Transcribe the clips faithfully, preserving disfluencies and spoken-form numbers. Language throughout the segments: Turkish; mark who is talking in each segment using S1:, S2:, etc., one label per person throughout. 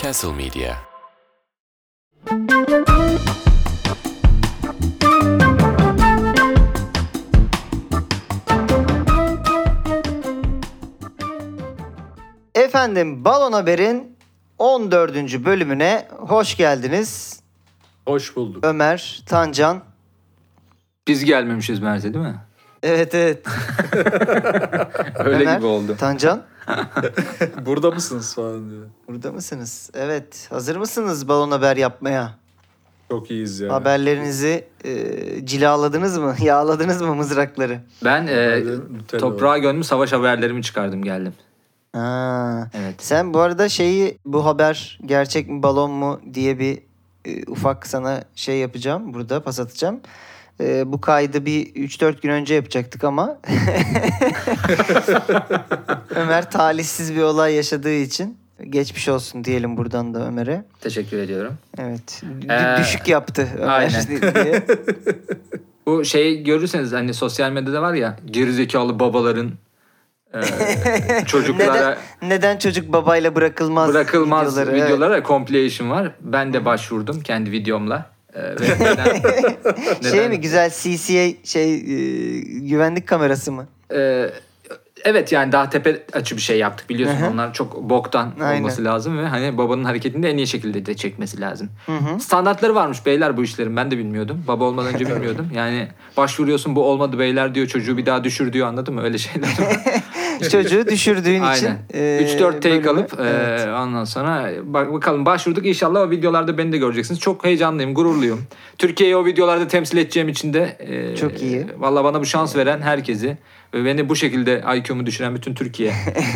S1: Castle Media.
S2: Efendim, Balon Haber'in on dördüncü bölümüne hoş geldiniz.
S3: Hoş bulduk.
S2: Ömer, Tancan.
S4: Biz gelmemişiz Mert'e değil mi?
S2: Evet evet.
S4: Öyle
S2: Ömer,
S4: gibi oldu.
S2: Tancan.
S3: Burada mısınız falan diyor.
S2: Burada mısınız? Evet. Hazır mısınız Balon Haber yapmaya?
S3: Çok iyiyiz ya.
S2: Haberlerinizi e, cilaladınız mı? Yağladınız mı mızrakları?
S4: Ben e,
S3: Nutella
S4: toprağa gönlüm savaş haberlerimi çıkardım geldim.
S2: Ha.
S4: Evet.
S2: Sen bu arada şeyi, bu haber gerçek mi balon mu diye bir e, ufak sana şey yapacağım. Burada pas atacağım. E, bu kaydı bir üç dört gün önce yapacaktık ama Ömer talihsiz bir olay yaşadığı için geçmiş olsun diyelim buradan da Ömer'e.
S4: Teşekkür ediyorum.
S2: Evet. D-
S4: Ee,
S2: düşük yaptı Ömer
S4: aynen.
S2: diye.
S4: Bu şeyi görürseniz hani sosyal medyada var ya gerizekalı babaların e, çocuklara
S2: Neden, neden çocuk babayla bırakılmaz,
S4: bırakılmaz
S2: videoları?
S4: videolara evet. compilation var. Ben de başvurdum kendi videomla. E, ve neden,
S2: Evet. Şey
S4: neden-
S2: mi, güzel C C A şey e, güvenlik kamerası mı?
S4: e, Evet yani daha tepe açı bir şey yaptık biliyorsun.
S2: Hı hı.
S4: Onlar çok boktan
S2: Aynen.
S4: olması lazım ve hani babanın hareketini de en iyi şekilde de çekmesi lazım.
S2: Hı hı.
S4: Standartları varmış beyler bu işlerin. Ben de bilmiyordum. Baba olmadan önce bilmiyordum. Yani başvuruyorsun bu olmadı beyler diyor. Çocuğu bir daha düşür diyor, anladın mı? Öyle şeyler var.
S2: Çocuğu düşürdüğün için.
S4: Aynen.
S2: e,
S4: üç dört take
S2: bölümü-
S4: alıp e,
S2: evet.
S4: ondan sonra bak bakalım başvurduk. İnşallah o videolarda beni de göreceksiniz. Çok heyecanlıyım, gururluyum. Türkiye'yi o videolarda temsil edeceğim için de e,
S2: Çok iyi.
S4: Valla bana bu şans veren herkesi ve beni bu şekilde I Q'mu düşüren bütün Türkiye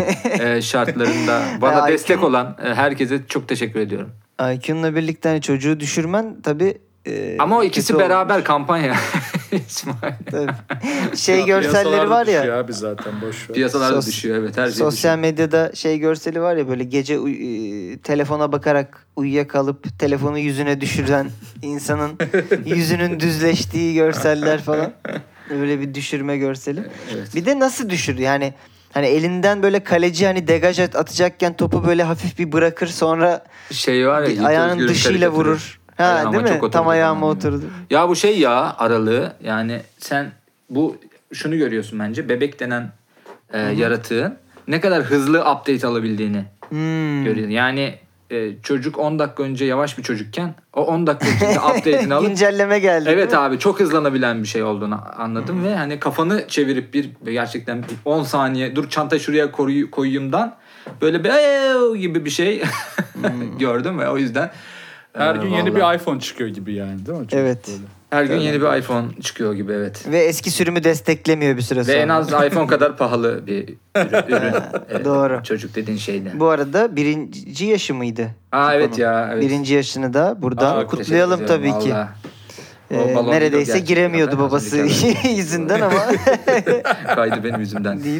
S4: e, şartlarında bana
S2: Ha,
S4: destek
S2: I Q'm
S4: olan e, herkese çok teşekkür ediyorum.
S2: I Q'nla birlikte hani çocuğu düşürmen tabii. e,
S4: Ama o ikisi
S2: kötü
S4: beraber
S2: olmuş.
S4: kampanya. İsmail.
S2: Tabii. Şey görselleri var ya.
S3: Düşüyor abi zaten boş ver.
S4: Piyasalarda
S2: Sos-
S4: düşüyor evet, her şey
S2: Sosyal
S4: düşüyor.
S2: medyada şey görseli var ya, böyle gece uy- e, telefona bakarak uyuyakalıp telefonu yüzüne düşüren insanın yüzünün düzleştiği görseller falan. Öyle bir düşürme görseli.
S4: Evet.
S2: Bir de nasıl düşür yani, hani elinden böyle kaleci hani degaj at- atacakken topu böyle hafif bir bırakır, sonra
S4: Şey var ya. Yiğit
S2: ayağının
S4: Özgür'ün
S2: dışıyla
S4: karikatürü.
S2: vurur. Ha,
S4: Ayağıma
S2: değil mi?
S4: çok oturdu
S2: Tam ayağıma
S4: falan
S2: oturdu.
S4: Ya bu şey ya aralığı, yani sen bu şunu görüyorsun bence, bebek denen e, yaratığın ne kadar hızlı update alabildiğini
S2: Hmm.
S4: görüyorsun. Yani e, çocuk on dakika önce yavaş bir çocukken o on dakika içinde update'ini alıp
S2: Güncelleme geldi.
S4: evet
S2: değil mi?
S4: abi çok hızlanabilen bir şey olduğunu anladım ve hani kafanı çevirip bir gerçekten on saniye dur çanta şuraya koy, koyayımdan böyle bir "Eee" gibi bir şey gördüm ve o yüzden
S3: Her
S4: e,
S3: gün yeni
S4: vallahi
S3: bir iPhone çıkıyor gibi yani değil mi? Çocuk
S2: Evet.
S3: böyle.
S4: her gün yeni bir iPhone çıkıyor gibi, evet.
S2: Ve eski sürümü desteklemiyor bir süre
S4: Ve
S2: sonra.
S4: en az iPhone kadar pahalı bir ürün. ürün. E,
S2: doğru.
S4: Çocuk dediğin şeyde.
S2: Bu arada birinci yaşı mıydı?
S4: Aa evet
S2: Fiko'nun?
S4: ya. Evet.
S2: Birinci yaşını da buradan
S3: Aa,
S2: kutlayalım
S4: Teşekkür
S2: tabii
S4: ediyorum,
S2: ki.
S4: vallahi. O
S2: Ee,
S4: balon
S2: neredeyse
S4: gerçekten
S2: giremiyordu
S4: ben
S2: babası
S4: hazırlık
S2: yüzünden ama
S4: Kaydı benim yüzümden.
S2: değil.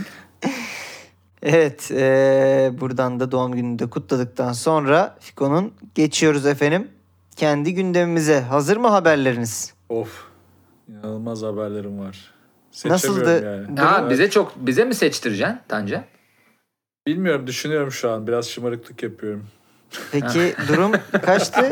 S2: Evet, ee, buradan da doğum gününü de kutladıktan sonra Fiko'nun geçiyoruz efendim kendi gündemimize. Hazır mı haberleriniz?
S3: Of. İnanılmaz haberlerim var.
S2: Nasıldı?
S3: Seçemiyorum yani.
S4: Ha
S3: Evet.
S4: bize çok bize mi seçtireceksin Tanca?
S3: Bilmiyorum, düşünüyorum şu an. Biraz şımarıklık yapıyorum.
S2: Peki durum kaçtı?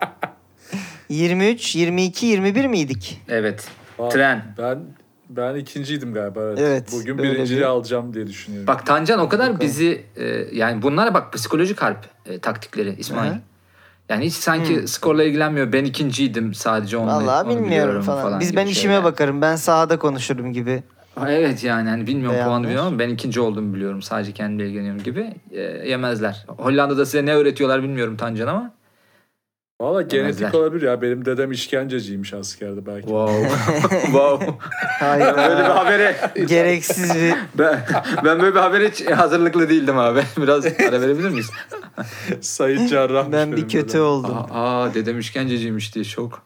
S2: yirmi üç, yirmi iki, yirmi bir miydik?
S4: Evet.
S3: Aa,
S4: Tren.
S3: Ben ben ikinciydim galiba. Evet.
S2: Evet,
S3: Bugün
S2: öyle
S3: birinciyi
S2: bir-
S3: alacağım diye düşünüyorum.
S4: Bak Tancan o kadar
S2: Bakalım.
S4: bizi e, yani bunlara bak, psikolojik harp e, taktikleri İsmail.
S2: Hı hı.
S4: Yani hiç sanki
S2: Hı.
S4: skorla ilgilenmiyor. Ben ikinciydim sadece onunla.
S2: Vallahi
S4: onu
S2: bilmiyorum
S4: biliyorum
S2: falan. Biz
S4: gibi
S2: ben işime
S4: şeyler.
S2: bakarım. Ben sahada konuşurum gibi.
S4: Ha, evet yani hani bilmiyorum
S2: Beyanlar.
S4: puanı biliyorum ama ben ikinci olduğumu biliyorum. Sadece kendimle ilgileniyorum gibi. E, yemezler. Hollanda'da size ne öğretiyorlar bilmiyorum Tancan ama.
S3: Valla genetik
S4: Yemezler.
S3: olabilir ya. Benim dedem işkenceciymiş askerde belki.
S4: Wow. Wow.
S2: Hayır.
S4: Böyle bir habere
S2: Gereksiz bir...
S4: ben, ben böyle bir habere hiç hazırlıklı değildim abi. Biraz ara verebilir miyiz?
S3: Sayın Cerrah'mış
S2: Ben bir
S3: benim
S2: kötü
S3: dedem.
S2: oldum.
S4: Aa, aa dedem işkenceciymiş diye şok.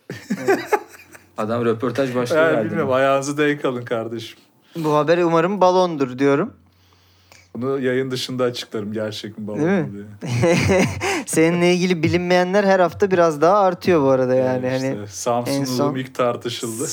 S4: Adam röportaj başlığı
S3: Ben
S4: verdi.
S3: bilmiyorum, ayağınızı denk alın kardeşim.
S2: Bu haberi umarım balondur diyorum.
S3: Bunu yayın dışında açıklarım, gerçek mi balon
S2: Değil
S3: mu
S2: mi?
S3: diye.
S2: Seninle ilgili bilinmeyenler her hafta biraz daha artıyor bu arada yani.
S3: Yani
S2: hani
S3: işte Samsun'un
S2: en son-
S3: ilk tartışıldı.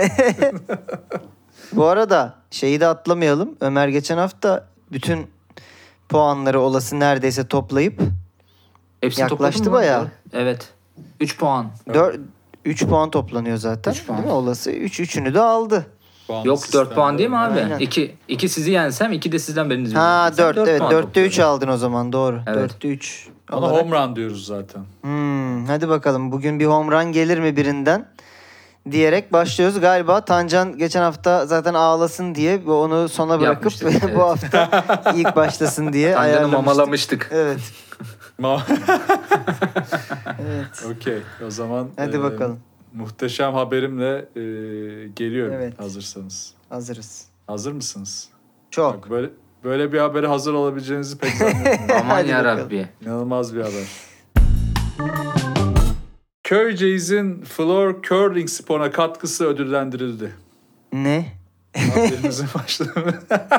S2: Bu arada şeyi de atlamayalım. Ömer geçen hafta bütün puanları olası neredeyse toplayıp
S4: Hepsini
S2: Yaklaştı
S4: topladın mı?
S2: bayağı.
S4: Evet. üç puan.
S2: üç puan toplanıyor zaten.
S4: Üç puan.
S2: Değil mi? Olası üç üçünü de aldı.
S3: Puanlı
S4: Yok
S3: sistemde.
S4: dört puan değil mi abi?
S2: Aynen.
S4: iki iki sizi yensem iki de sizden birinizi
S2: Ha
S4: bilirsem
S2: dört evet
S4: puan
S2: dörtte üç
S4: topluyorum.
S2: aldın o zaman doğru.
S4: Evet.
S2: dörtte üç.
S3: Ona
S2: olarak.
S3: home run diyoruz zaten.
S2: Hmm, hadi bakalım bugün bir home run gelir mi birinden diyerek başlıyoruz. Galiba Tancan geçen hafta zaten ağlasın diye onu sona bırakıp
S4: Yapmıştık, evet.
S2: bu hafta ilk başlasın diye
S4: Tancan'ı
S2: ayarlamıştık.
S4: mamalamıştık.
S2: Evet.
S3: Ma-
S2: Evet.
S3: Okey. O zaman
S2: Hadi
S3: e,
S2: bakalım.
S3: muhteşem haberimle e, geliyorum
S2: Evet.
S3: hazırsanız.
S2: Hazırız.
S3: Hazır mısınız?
S2: Çok.
S3: Bak, böyle böyle bir habere hazır olabileceğinizi pek zannetmiyorum.
S4: Aman
S2: Hadi
S4: yarabbi.
S3: İnanılmaz bir haber. Köyceğiz'in floor curling sporuna katkısı ödüllendirildi.
S2: Ne?
S3: Haberimizin başlığı.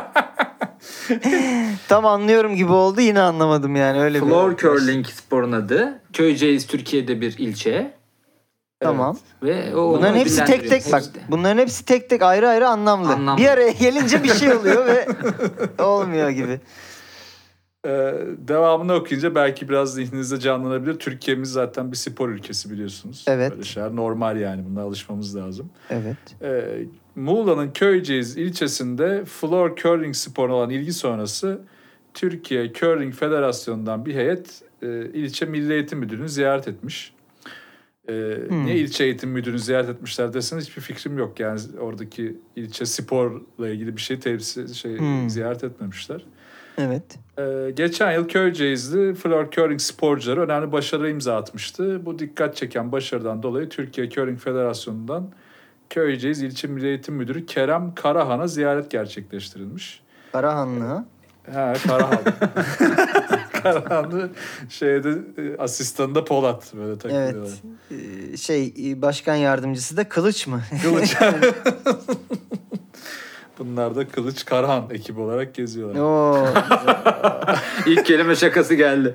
S2: Tam anlıyorum gibi oldu yine anlamadım yani öyle bir.
S4: Floor curling sporun adı. Köyceğiz Türkiye'de bir ilçe.
S2: Tamam.
S4: Ve o
S2: Bunların
S4: onu
S2: hepsi tek
S4: ödüllendiriyor.
S2: tek bak.
S4: Hepsi de.
S2: Bunların hepsi tek tek ayrı ayrı anlamlı.
S4: Anlamlı.
S2: Bir araya gelince bir şey oluyor ve olmuyor gibi.
S3: Ee, devamını okuyunca belki biraz zihninizde canlanabilir. Türkiye'miz zaten bir spor ülkesi biliyorsunuz.
S2: Evet.
S3: Böyle şeyler normal yani. Buna alışmamız lazım.
S2: Evet.
S3: Ee, Muğla'nın Köyceğiz ilçesinde floor curling sporuna olan ilgi sonrası Türkiye Curling Federasyonu'ndan bir heyet e, ilçe Milli Eğitim Müdürlüğü'nü ziyaret etmiş. Ee,
S2: Hmm.
S3: Niye ilçe eğitim müdürünü ziyaret etmişler deseniz hiçbir fikrim yok. Yani oradaki ilçe sporla ilgili bir şey temsil şey
S2: Hmm.
S3: ziyaret etmemişler.
S2: Evet.
S3: Ee, geçen yıl Köyceğizli floor curling sporcuları önemli başarı imza atmıştı. Bu dikkat çeken başarıdan dolayı Türkiye Curling Federasyonu'ndan Köyceğiz İlçe Milli Eğitim Müdürü Kerem Karahan'a ziyaret gerçekleştirilmiş.
S2: Karahanlı.
S3: He, Karahan. Karahan'ı şeyde e, asistanı da Polat böyle takılıyorlar.
S2: Evet. Ee, şey başkan yardımcısı da Kılıç mı?
S3: Kılıç. Bunlar da Kılıç Karahan ekibi olarak geziyorlar.
S2: Oo.
S4: İlk kelime şakası geldi.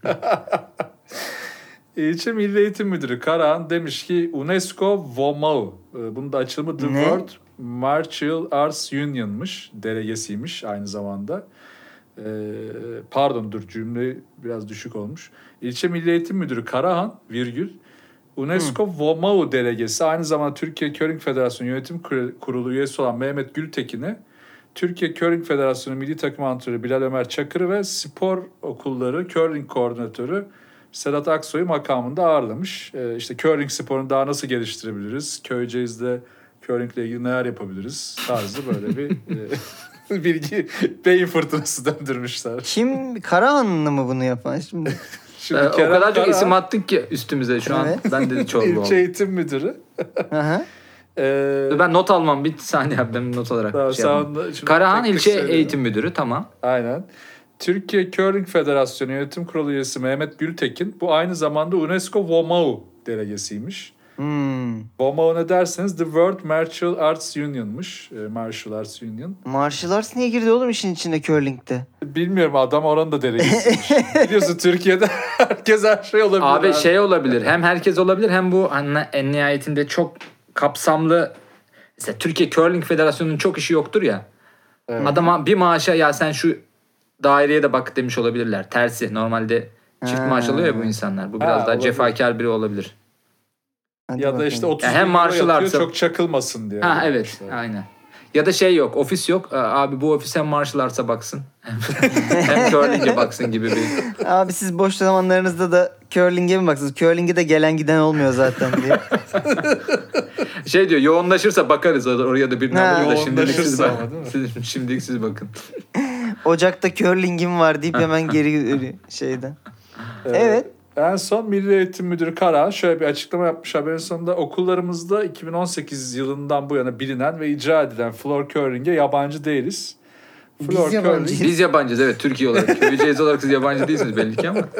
S3: İlçe Milli Eğitim Müdürü Karahan demiş ki UNESCO WOMAU, e, bunun da açılımı The
S2: Ne?
S3: World Martial Arts Union'mış, delegesiymiş aynı zamanda. E, pardon dur cümle biraz düşük olmuş. İlçe Milli Eğitim Müdürü Karahan, virgül, UNESCO WOMAU delegesi aynı zamanda Türkiye Curling Federasyonu Yönetim Kurulu üyesi olan Mehmet Gültekin'i Türkiye Curling Federasyonu Milli Takım Antrenörü Bilal Ömer Çakır'ı ve spor okulları curling koordinatörü Sedat Aksoy'u makamında ağırlamış. Ee, işte curling sporunu daha nasıl geliştirebiliriz? Köyceğiz'de curling ile ilgili neler yapabiliriz? Tarzı böyle bir e, bilgi beyin fırtınası döndürmüşler.
S2: Kim Karahanlı mı bunu yapan şimdi?
S3: Şimdi
S4: Ee, o
S3: Kerem
S4: kadar çok
S3: Karahan,
S4: isim attık ki üstümüze şu an.
S2: Evet.
S4: Ben de çorba
S3: İlçe
S4: oldum.
S3: Eğitim Müdürü.
S2: Aha.
S3: Ee,
S4: Ben not almam. Bir saniye abi, ben not olarak
S3: Tamam,
S4: şey
S3: sen
S4: yapayım.
S3: onu şimdi
S4: Karahan
S3: tek tek
S4: İlçe
S3: söylüyorum.
S4: Eğitim Müdürü, tamam.
S3: Aynen. Türkiye Curling Federasyonu Yönetim Kurulu üyesi Mehmet Gültekin bu aynı zamanda UNESCO WOMAU delegesiymiş.
S2: Hmm.
S3: WOMAU ne derseniz The World Martial Arts Union'mış. E, Martial Arts Union.
S2: Martial Arts niye girdi oğlum işin içinde curling'de?
S3: Bilmiyorum adam oranın da delegesiymiş. Biliyorsun Türkiye'de herkes her şey olabilir.
S4: Abi şey olabilir. Hem herkes olabilir hem bu hani en nihayetinde çok kapsamlı. Mesela Türkiye Curling Federasyonu'nun çok işi yoktur ya.
S3: Evet.
S4: Adama bir maaşa ya sen şu daireye de bak demiş olabilirler. Tersi. Normalde çift
S2: Ha.
S4: maaş alıyor ya bu insanlar. Bu biraz
S3: Ha,
S4: daha
S3: olabilir.
S4: cefakar biri olabilir.
S2: Hadi
S3: Ya da
S2: bakalım.
S3: işte otuz
S4: Ya hem
S3: bin euro
S4: martial
S3: yatıyor,
S4: arts'a-
S3: çok çakılmasın diye.
S4: Ha evet.
S3: yapmışlar.
S4: Aynen. Ya da şey yok. Ofis yok. Aa, Abi bu ofis hem martial arts'a baksın. Hem curling'e baksın gibi bir.
S2: Abi siz boş zamanlarınızda da curling'e mi baksınız? Curling'e de gelen giden olmuyor zaten diye.
S4: Şey diyor, yoğunlaşırsa bakarız oraya da birini
S2: Ha.
S4: alırız da şimdilik siz,
S3: Yoğunlaşırsa
S4: bak-
S3: ama değil mi?
S4: siz- şimdilik siz bakın.
S2: Ocakta curling'im var deyip hemen geri dönüyor şeyden.
S3: Ee,
S2: Evet.
S3: En son Milli Eğitim Müdürü Kara şöyle bir açıklama yapmış haberin sonunda. Okullarımızda iki bin on sekiz yılından bu yana bilinen ve icra edilen floor curling'e yabancı değiliz.
S2: Biz yabancıyız.
S4: Biz yabancıyız evet, Türkiye olarak. Köyceğiz olarak siz yabancı değilsiniz belli ki ama.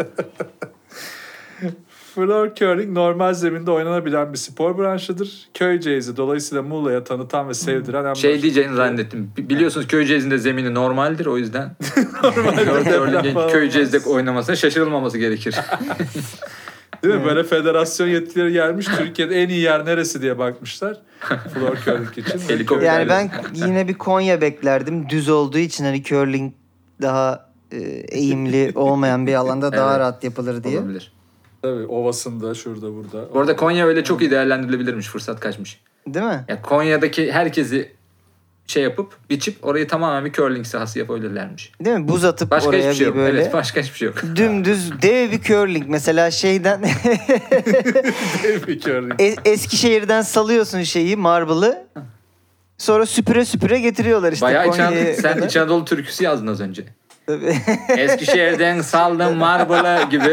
S3: Floor curling normal zeminde oynanabilen bir spor branşıdır. Köyceğiz'i dolayısıyla Muğla'ya tanıtan ve sevdiren en
S4: Şey
S3: baş-
S4: diyeceğini zannettim. Bi- Biliyorsunuz Köyceğiz'in de zemini normaldir o yüzden.
S3: deprem falan
S4: Köyceğiz'de
S3: olmaz.
S4: oynamasına şaşırılmaması gerekir.
S3: Değil mi? Böyle federasyon yetkileri gelmiş. Türkiye'de en iyi yer neresi diye bakmışlar. Floor curling için.
S4: Helikopter.
S2: Yani ben yine bir Konya beklerdim. Düz olduğu için hani curling daha e, eğimli olmayan bir alanda daha
S4: Evet.
S2: rahat yapılır diye.
S4: Olabilir.
S3: Tabii ovasında şurada burada.
S4: Bu arada Konya öyle çok iyi değerlendirilebilirmiş. Fırsat kaçmış.
S2: Değil mi?
S4: Ya Konya'daki herkesi şey yapıp biçip orayı tamamen bir curling sahası yapabilirlermiş.
S2: Değil mi? Buz atıp
S4: Başka
S2: oraya
S4: hiçbir şey
S2: bir
S4: yok.
S2: böyle
S4: Evet, başka hiçbir şey yok.
S2: dümdüz dev bir curling. Mesela şeyden
S3: Bir curling.
S2: E- Eskişehir'den salıyorsun şeyi, marble'ı. Sonra süpüre süpüre getiriyorlar işte
S4: Bayağı İç
S2: Konya'ya
S4: Anadolu, sen
S2: kadar.
S4: İç Anadolu türküsü yazdın az önce.
S2: Tabii.
S4: Eskişehir'den saldım Marble'a gibi.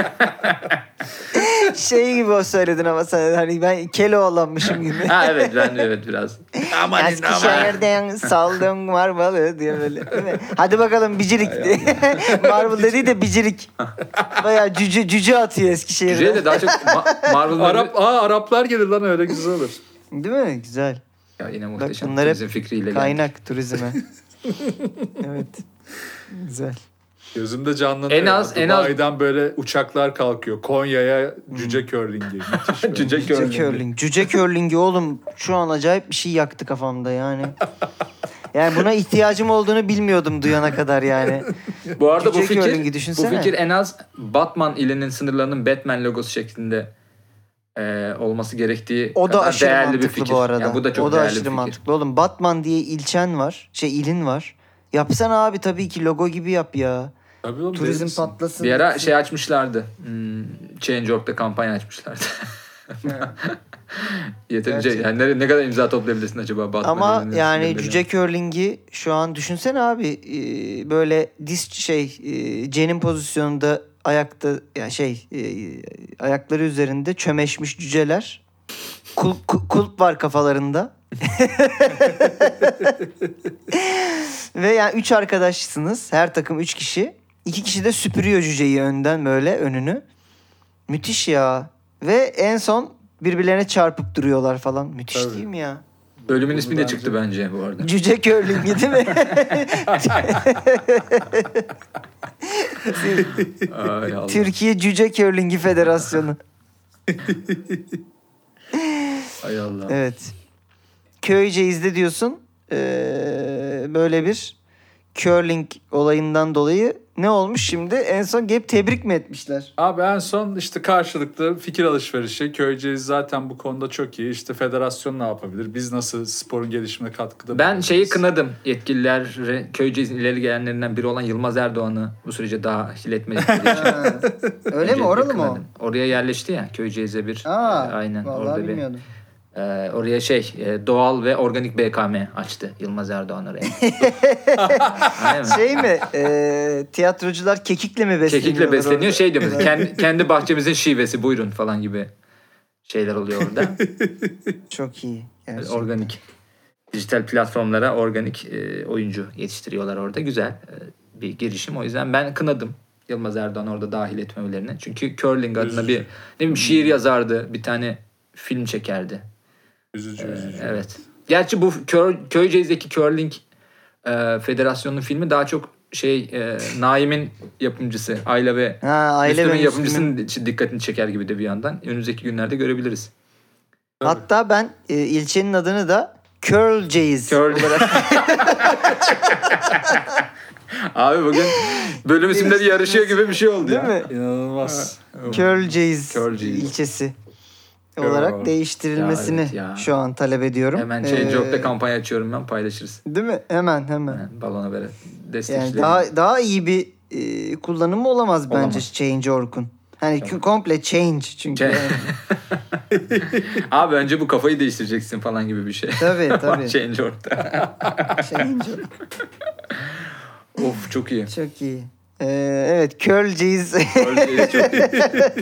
S2: Şey gibi o söyledin ama sen hani ben Keloğlan'mışım gibi.
S4: Ha evet ben de evet biraz. Aman aman.
S2: Eskişehir'den saldım marbalı diye böyle. Değil mi? Hadi bakalım bicirik diye. Marble dediği de bicirik. Bayağı cüce, cüce atıyor Eskişehir'de.
S4: Cüce de daha çok ma- Marble'ları...
S3: Arap, aa Araplar gelir lan öyle güzel olur.
S2: Değil mi? Güzel.
S4: Ya yine
S2: Bak
S4: muhteşem
S2: bunlar
S4: turizm
S2: hep
S4: fikriyle geldi.
S2: kaynak turizme. Evet. Güzel.
S3: Gözümde canlanıyor.
S4: En az-
S3: ya.
S4: en az-
S3: Dubai'den böyle uçaklar kalkıyor. Konya'ya cüce curling'i. Müthiş böyle.
S4: Cüce
S2: Cüce
S4: curling.
S2: curling. Cüce curling'i oğlum şu an acayip bir şey yaktı kafamda yani. Yani buna ihtiyacım olduğunu bilmiyordum duyana kadar yani.
S4: Bu arada bu
S2: Cüce
S4: fikir,
S2: curling'i
S4: bu
S2: düşünsene.
S4: fikir en az Batman ilinin sınırlarının Batman logosu şeklinde e, olması gerektiği
S2: O da
S4: kadar
S2: aşırı
S4: değerli bir
S2: mantıklı
S4: fikir.
S2: bu arada.
S4: Yani bu da çok
S2: o da
S4: değerli bir
S2: aşırı
S4: fikir.
S2: mantıklı. Oğlum Batman diye ilçen var. Şey ilin var. Yapsana abi tabii ki logo gibi yap ya.
S3: Tabii oğlum,
S2: Turizm
S3: delisin.
S2: patlasın.
S4: Bir ara şey açmışlardı. Hmm, Change nokta org'da kampanya açmışlardı. Yeterince
S2: Gerçekten.
S4: yani ne, ne kadar imza toplayabilirsin acaba Batman
S2: Ama
S4: ilinin
S2: yani
S4: sınırlarına?
S2: cüce curling'i şu an düşünsene abi e, böyle diz şey e, Cen'in pozisyonunda ayakta yani şey e, ayakları üzerinde çömeşmiş cüceler. Kul, kul- kulp var kafalarında. Ve yani üç arkadaşsınız. Her takım üç kişi. İki kişi de süpürüyor cüceyi önden böyle önünü. Müthiş ya. Ve en son birbirlerine çarpıp duruyorlar falan. Müthiş
S3: Tabii.
S2: değil mi ya?
S4: Bölümün
S3: Bunu
S4: ismi de
S3: bence-
S4: çıktı bence bu arada.
S2: Cüce curling'i değil mi?
S4: Ay Allah.
S2: Türkiye Cüce Curling'i Federasyonu.
S4: Ay Allah.
S2: Evet. Köyceğiz'de diyorsun ee, böyle bir curling olayından dolayı ne olmuş şimdi? En son hep tebrik mi etmişler?
S3: Abi en son işte karşılıklı fikir alışverişi. Köyceğiz zaten bu konuda çok iyi. İşte federasyon ne yapabilir? Biz nasıl sporun gelişimine katkıda
S4: Ben
S3: bulunabiliriz?
S4: şeyi kınadım. Yetkililer Köyceğiz'in ileri gelenlerinden biri olan Yılmaz Erdoğan'ı bu sürece dahil etmedikleri için.
S2: Ha, öyle mi? Oralı mı o?
S4: Kınadım. Oraya yerleşti ya Köyceğiz'e bir.
S2: Aa,
S4: e, aynen
S2: vallahi
S4: orada bir.
S2: bilmiyordum.
S4: e, oraya şey e, doğal ve organik B K M açtı Yılmaz Erdoğan oraya. Aynen.
S2: Şey mi? Ee, tiyatrocular kekikle mi besleniyor?
S4: Kekikle besleniyor. Şey diyor mesela, kendi, kendi bahçemizin şivesi buyurun falan gibi şeyler oluyor orada.
S2: Çok iyi. Gerçekten.
S4: Organik. Dijital platformlara organik e, oyuncu yetiştiriyorlar orada. Güzel e, bir girişim. O yüzden ben kınadım Yılmaz Erdoğan orada dahil etmemelerini. Çünkü curling adına bir ne bileyim şiir yazardı. Bir tane film çekerdi.
S3: Üzücü
S4: Ee,
S3: üzücü.
S4: evet. Gerçi bu Kör, Köyceğiz'deki curling e, federasyonunun filmi daha çok şey e, Naim'in yapımcısı Ayla ve
S2: Ha, aile
S4: Müslüm'ün
S2: ve
S4: yapımcısının dikkatini çeker gibi de bir yandan. Önümüzdeki günlerde görebiliriz.
S2: Hatta ben e, ilçenin adını da Curlceğiz
S4: Curl-
S2: olarak
S4: Abi bugün bölüm isimleri yarışıyor gibi bir şey oldu
S2: değil
S4: ya.
S2: mi?
S3: İnanılmaz.
S2: Curlceğiz
S4: Curlceğiz.
S2: ilçesi
S3: Curl.
S2: olarak değiştirilmesini
S4: Ya evet ya.
S2: şu an talep ediyorum.
S4: Hemen Change nokta org'da
S2: Ee,
S4: kampanya açıyorum ben, paylaşırız.
S2: Değil mi? Hemen hemen.
S4: Yani balona böyle
S2: Yani
S4: destekleyelim.
S2: daha daha iyi bir e, kullanımı olamaz bence
S4: Olamaz.
S2: Change nokta org'un. Hani kü- komple change çünkü.
S4: Change.
S2: yani.
S4: Abi önce bu kafayı değiştireceksin falan gibi bir şey.
S2: Tabii tabii.
S4: Change nokta org'da.
S2: Change org.
S4: Of çok iyi.
S2: Çok iyi. Ee, evet Curlceğiz.
S4: Curlceğiz çok iyi.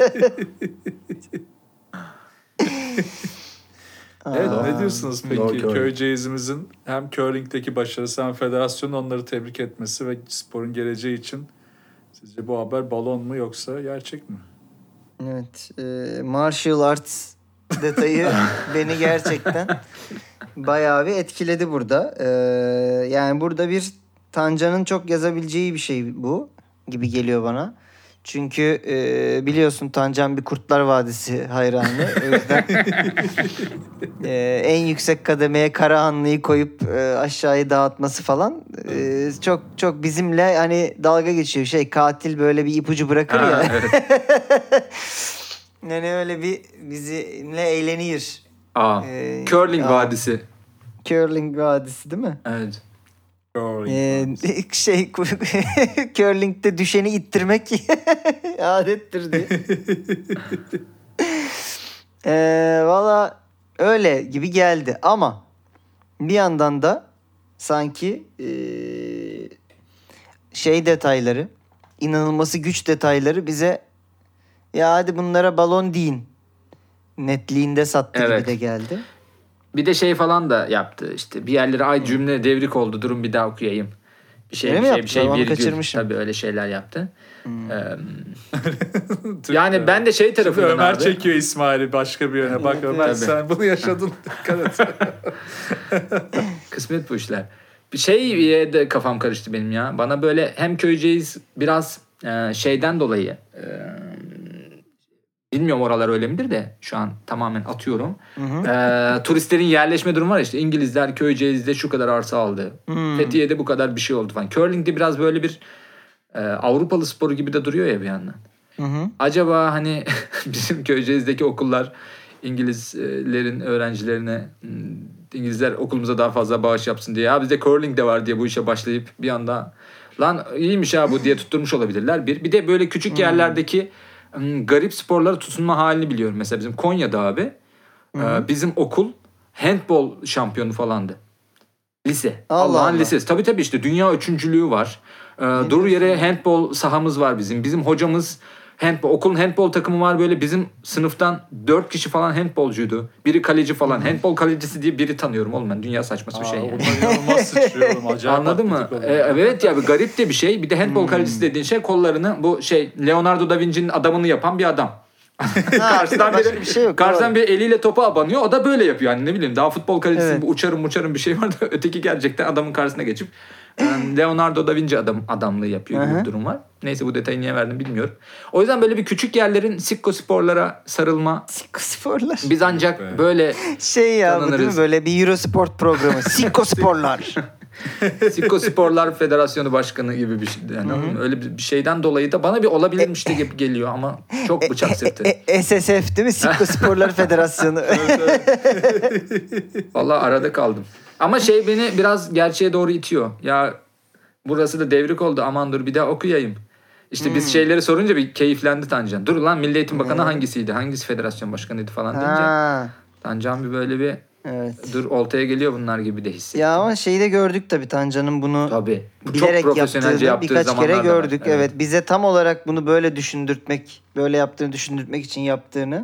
S3: Evet,
S2: Aa,
S3: ne diyorsunuz
S4: Doğru,
S3: peki
S4: curling.
S3: Köyceğiz'imizin hem curling'deki başarısı hem federasyonun onları tebrik etmesi ve sporun geleceği için sizce bu haber balon mu yoksa gerçek mi?
S2: Evet. E, martial arts detayı beni gerçekten bayağı bir etkiledi burada. Ee, yani burada bir Tancan'ın çok yazabileceği bir şey bu gibi geliyor bana. Çünkü e, biliyorsun Tancan bir Kurtlar Vadisi hayranı. O yüzden e, en yüksek kademeye Karahanlı'yı koyup e, aşağıya dağıtması falan e, çok çok bizimle hani dalga geçiyor. Şey katil böyle bir ipucu bırakır
S4: Ha,
S2: ya.
S4: evet.
S2: Yani öyle bir bizimle eğleniyor.
S4: Aa,
S2: Ee,
S4: Curling
S2: aa.
S4: Vadisi.
S2: Curling Vadisi değil mi?
S4: Evet.
S2: Ee, şey curling'de düşeni ittirmek adettir diye. ee, Valla öyle gibi geldi ama bir yandan da sanki ee, şey detayları, inanılması güç detayları bize ya hadi bunlara balon deyin netliğinde sattı
S4: Evet.
S2: gibi de geldi.
S4: Bir de şey falan da yaptı işte bir yerlere ay cümle devrik oldu durun bir daha okuyayım. Bir şey
S2: Öyle
S4: bir
S2: mi
S4: şey
S2: yaptı?
S4: bir şey
S2: Ben onu
S4: virgül.
S2: kaçırmışım.
S4: Tabii öyle şeyler yaptı.
S2: Hmm.
S4: Ee, yani ben de şey
S3: Şimdi
S4: tarafından
S3: Ömer
S4: abi.
S3: çekiyor İsmail'i başka bir yöne. Bak
S2: Evet,
S3: Ömer
S4: tabii.
S3: sen bunu yaşadın. Dikkat et.
S4: Kısmet bu işler. Bir şeye de kafam karıştı benim ya. Bana böyle hem köyceğiz biraz e, şeyden dolayı e, bilmiyorum oralar öyle midir de şu an tamamen atıyorum.
S2: Hı hı.
S4: E, turistlerin yerleşme durumu var ya, işte İngilizler Köyceğiz'de şu kadar arsa aldı.
S2: Hmm.
S4: Fethiye'de bu kadar bir şey oldu falan. Curling'de biraz böyle bir e, Avrupalı sporu gibi de duruyor ya bir yandan.
S2: Hı hı.
S4: Acaba hani bizim Köyceğiz'deki okullar İngilizlerin öğrencilerine hmm, İngilizler okulumuza daha fazla bağış yapsın diye ya bizde curling de var diye bu işe başlayıp bir anda lan iyiymiş ha bu diye tutturmuş olabilirler. Bir, bir de böyle küçük yerlerdeki hmm, garip sporlara tutunma halini biliyorum. Mesela bizim Konya'da abi e, bizim okul handbol şampiyonu falandı. Lise.
S2: Allah
S4: Allah'ın
S2: Allah.
S4: lisesi. Tabii tabii işte dünya üçüncülüğü var. Ee, dur yere handbol sahamız var bizim. Bizim hocamız handbol, okulun handbol takımı var böyle bizim sınıftan dört kişi falan handbolcuydu. Biri kaleci falan. Handbol kalecisi diye biri tanıyorum oğlum ben. Dünya saçması bir şey yani.
S3: Onlar inanılmaz sıçrıyor oğlum. Acayip
S4: Anladın mı?
S3: atletik
S4: Ee,
S3: oluyor.
S4: evet ya bir garip de bir şey. Bir de handbol kalecisi dediğin şey kollarını bu şey Leonardo da Vinci'nin adamını yapan bir adam. karşıdan
S2: başka
S4: biri,
S2: bir şey yok,
S4: karşıdan
S2: doğru.
S4: bir eliyle topa abanıyor. O da böyle yapıyor. Yani ne bileyim daha futbol kalecisi
S2: Evet.
S4: uçarım uçarım bir şey var da öteki gerçekten adamın karşısına geçip yani Leonardo da Vinci adam adamlığı yapıyor gibi
S2: Hı hı.
S4: bir durum var. Neyse bu detayı niye verdim bilmiyorum. O yüzden böyle bir küçük yerlerin sikko sporlara sarılma
S2: Sikko sporlar.
S4: biz ancak
S3: Evet.
S4: böyle
S2: Şey ya bu değil mi?
S4: tanınırız.
S2: Böyle bir Eurosport programı. Sikko sporlar.
S4: Sikko Sporlar Federasyonu Başkanı gibi bir şey. Yani anladın mı? Öyle bir bir şeyden dolayı da bana bir olabilirmiş de gibi geliyor ama çok bıçak sırtı.
S2: E, e, S S F değil mi? Sikko Sporlar Federasyonu.
S4: Vallahi arada kaldım. Ama şey beni biraz gerçeğe doğru itiyor. Ya burası da devrik oldu aman dur bir daha okuyayım. İşte biz şeyleri sorunca bir keyiflendi Tancan. Dur lan Milli Eğitim Bakanı hangisiydi? Hangisi federasyon başkanıydı falan deyince.
S2: Ha,
S4: Tancan bir böyle bir
S2: evet.
S4: dur oltaya geliyor bunlar gibi de hissettim.
S2: Ya ama şeyi de gördük tabii Tancan'ın bunu
S4: Tabii. Bu çok
S2: bilerek
S4: profesyonelce
S2: yaptığını
S4: yaptığı
S2: birkaç kere
S4: zamanlar da var.
S2: gördük. Evet. Bize tam olarak bunu böyle düşündürtmek, böyle yaptığını düşündürtmek için yaptığını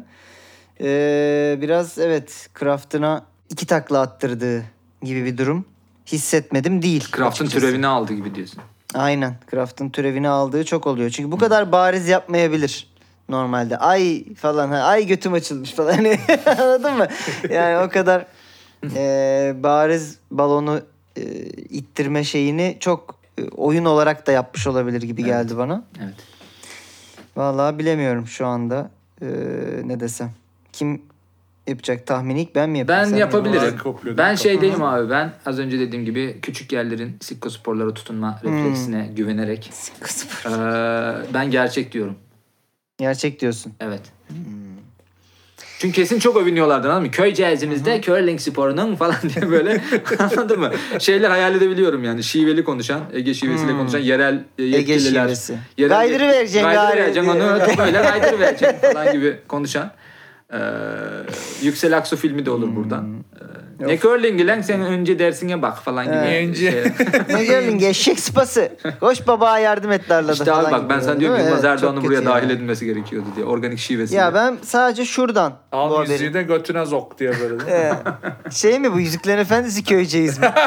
S2: ee, biraz evet Kraft'ına iki takla attırdığı gibi bir durum hissetmedim değil.
S4: Kraft'ın
S2: açıkçası.
S4: türevini aldı gibi diyorsun.
S2: Aynen. Kraft'ın türevini aldığı çok oluyor. Çünkü bu kadar bariz yapmayabilir normalde. Ay falan. ha, Ay götüm açılmış falan. Hani, anladın mı? Yani o kadar e, bariz balonu e, ittirme şeyini çok e, oyun olarak da yapmış olabilir gibi
S4: Evet.
S2: geldi bana.
S4: Evet.
S2: Vallahi bilemiyorum şu anda. E, ne desem. Kim yapacak tahmini? İlk ben mi yapayım?
S4: Ben
S2: sen mi
S4: yapabilirim.
S3: Olarak kopuyor,
S4: Ben
S3: değil mi?
S4: şeydeyim abi ben az önce dediğim gibi küçük yerlerin sikko sporlara tutunma refleksine güvenerek
S2: yapıyorsun?
S4: eee, ben gerçek diyorum.
S2: Gerçek diyorsun.
S4: Evet. Çünkü kesin çok övünüyorlardı anladın mı? Köyceğizimizde curling sporunun falan diye böyle anladın mı? Şeyler hayal edebiliyorum yani şiveli konuşan, Ege şivesiyle
S2: Hmm.
S4: konuşan yerel e,
S2: Ege
S4: yetkililer.
S2: şivesi.
S4: Yerel-
S2: Gaydırı vereceksin
S4: Gaydırı
S2: gari
S4: vereceğim
S2: diye.
S4: onu böyle gaydırı vereceğim falan gibi konuşan. Eee Yüksel Aksu filmi de olur buradan. Eee, ne curling'i lan sen önce dersine bak falan gibi.
S2: Evet.
S3: Önce.
S4: şey.
S2: Ne gördün eşek sıpası. Koş babaya yardım et tarlada
S4: İşte
S2: falan
S4: abi bak
S2: gibi
S4: ben
S2: böyle,
S4: sana diyorum
S2: değil mi?
S4: Yılmaz
S2: Evet,
S4: Erdoğan'ın
S2: çok
S4: buraya
S2: kötü
S4: dahil
S2: ya.
S4: edilmesi gerekiyordu diye. Organik şivesiyle.
S2: Ya ben sadece şuradan bu
S3: Al
S2: haberi.
S3: yüzüğü de götüne zok diye böyle.
S2: Ee, şey mi bu Yüzüklerin Efendisi köyceğiz mi?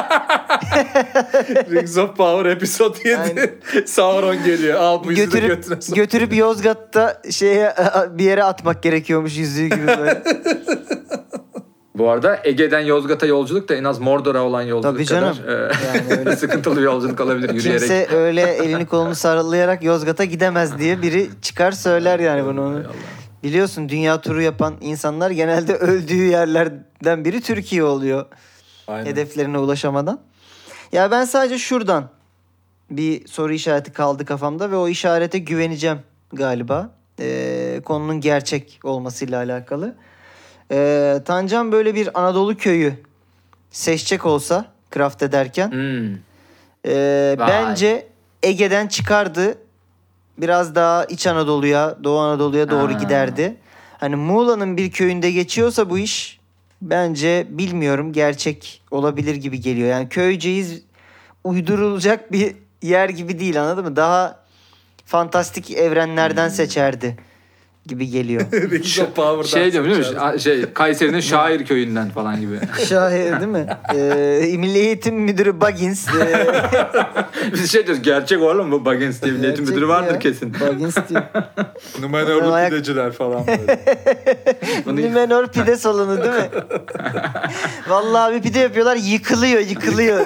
S3: Rings of Power episode yedi. Sauron geliyor. Al bu yüzüğü de
S2: götürüp,
S3: götüne sok.
S2: götürüp Yozgat'ta şeye bir yere atmak gerekiyormuş yüzüğü gibi böyle.
S4: Bu arada Ege'den Yozgat'a yolculuk da en az Mordor'a olan yolculuk
S2: Tabii canım.
S4: kadar e,
S2: Yani öyle
S4: sıkıntılı bir yolculuk olabilir yürüyerek.
S2: kimse öyle elini kolunu sallayarak Yozgat'a gidemez diye biri çıkar söyler yani bunu. Onu. Biliyorsun dünya turu yapan insanlar genelde öldüğü yerlerden biri Türkiye oluyor.
S3: Aynen.
S2: Hedeflerine ulaşamadan. Ya ben sadece şuradan bir soru işareti kaldı kafamda ve o işarete güveneceğim galiba. Ee, konunun gerçek olmasıyla alakalı. Ee, Tancan böyle bir Anadolu köyü seçecek olsa craft ederken
S4: Hmm.
S2: e,
S4: Vay.
S2: bence Ege'den çıkardı. Biraz daha İç Anadolu'ya, Doğu Anadolu'ya doğru
S4: Ha.
S2: giderdi. Hani Muğla'nın bir köyünde geçiyorsa bu iş bence bilmiyorum gerçek olabilir gibi geliyor. Yani Köyceğiz uydurulacak bir yer gibi değil, anladın mı? Daha fantastik evrenlerden
S4: Hmm.
S2: seçerdi gibi geliyor.
S3: Rings of Power'dan
S4: Şey diyor biliyor musun?
S3: seçerdim.
S4: A- Şey, Kayseri'nin Şair köyünden falan gibi.
S2: Şahane değil mi? Ee, Milli Eğitim Müdürü Baggins. E,
S4: Biz şey diyoruz, gerçek oğlum bu Baggins diye bir eğitim
S2: gerçek
S4: müdürü vardır
S2: ya.
S4: kesin.
S2: Baggins diyor.
S3: Numanorlu
S2: Ayak-
S3: pideciler falan böyle.
S4: Bunu-
S2: Numenor pide salonu değil mi? Vallahi bir pide yapıyorlar, yıkılıyor yıkılıyor.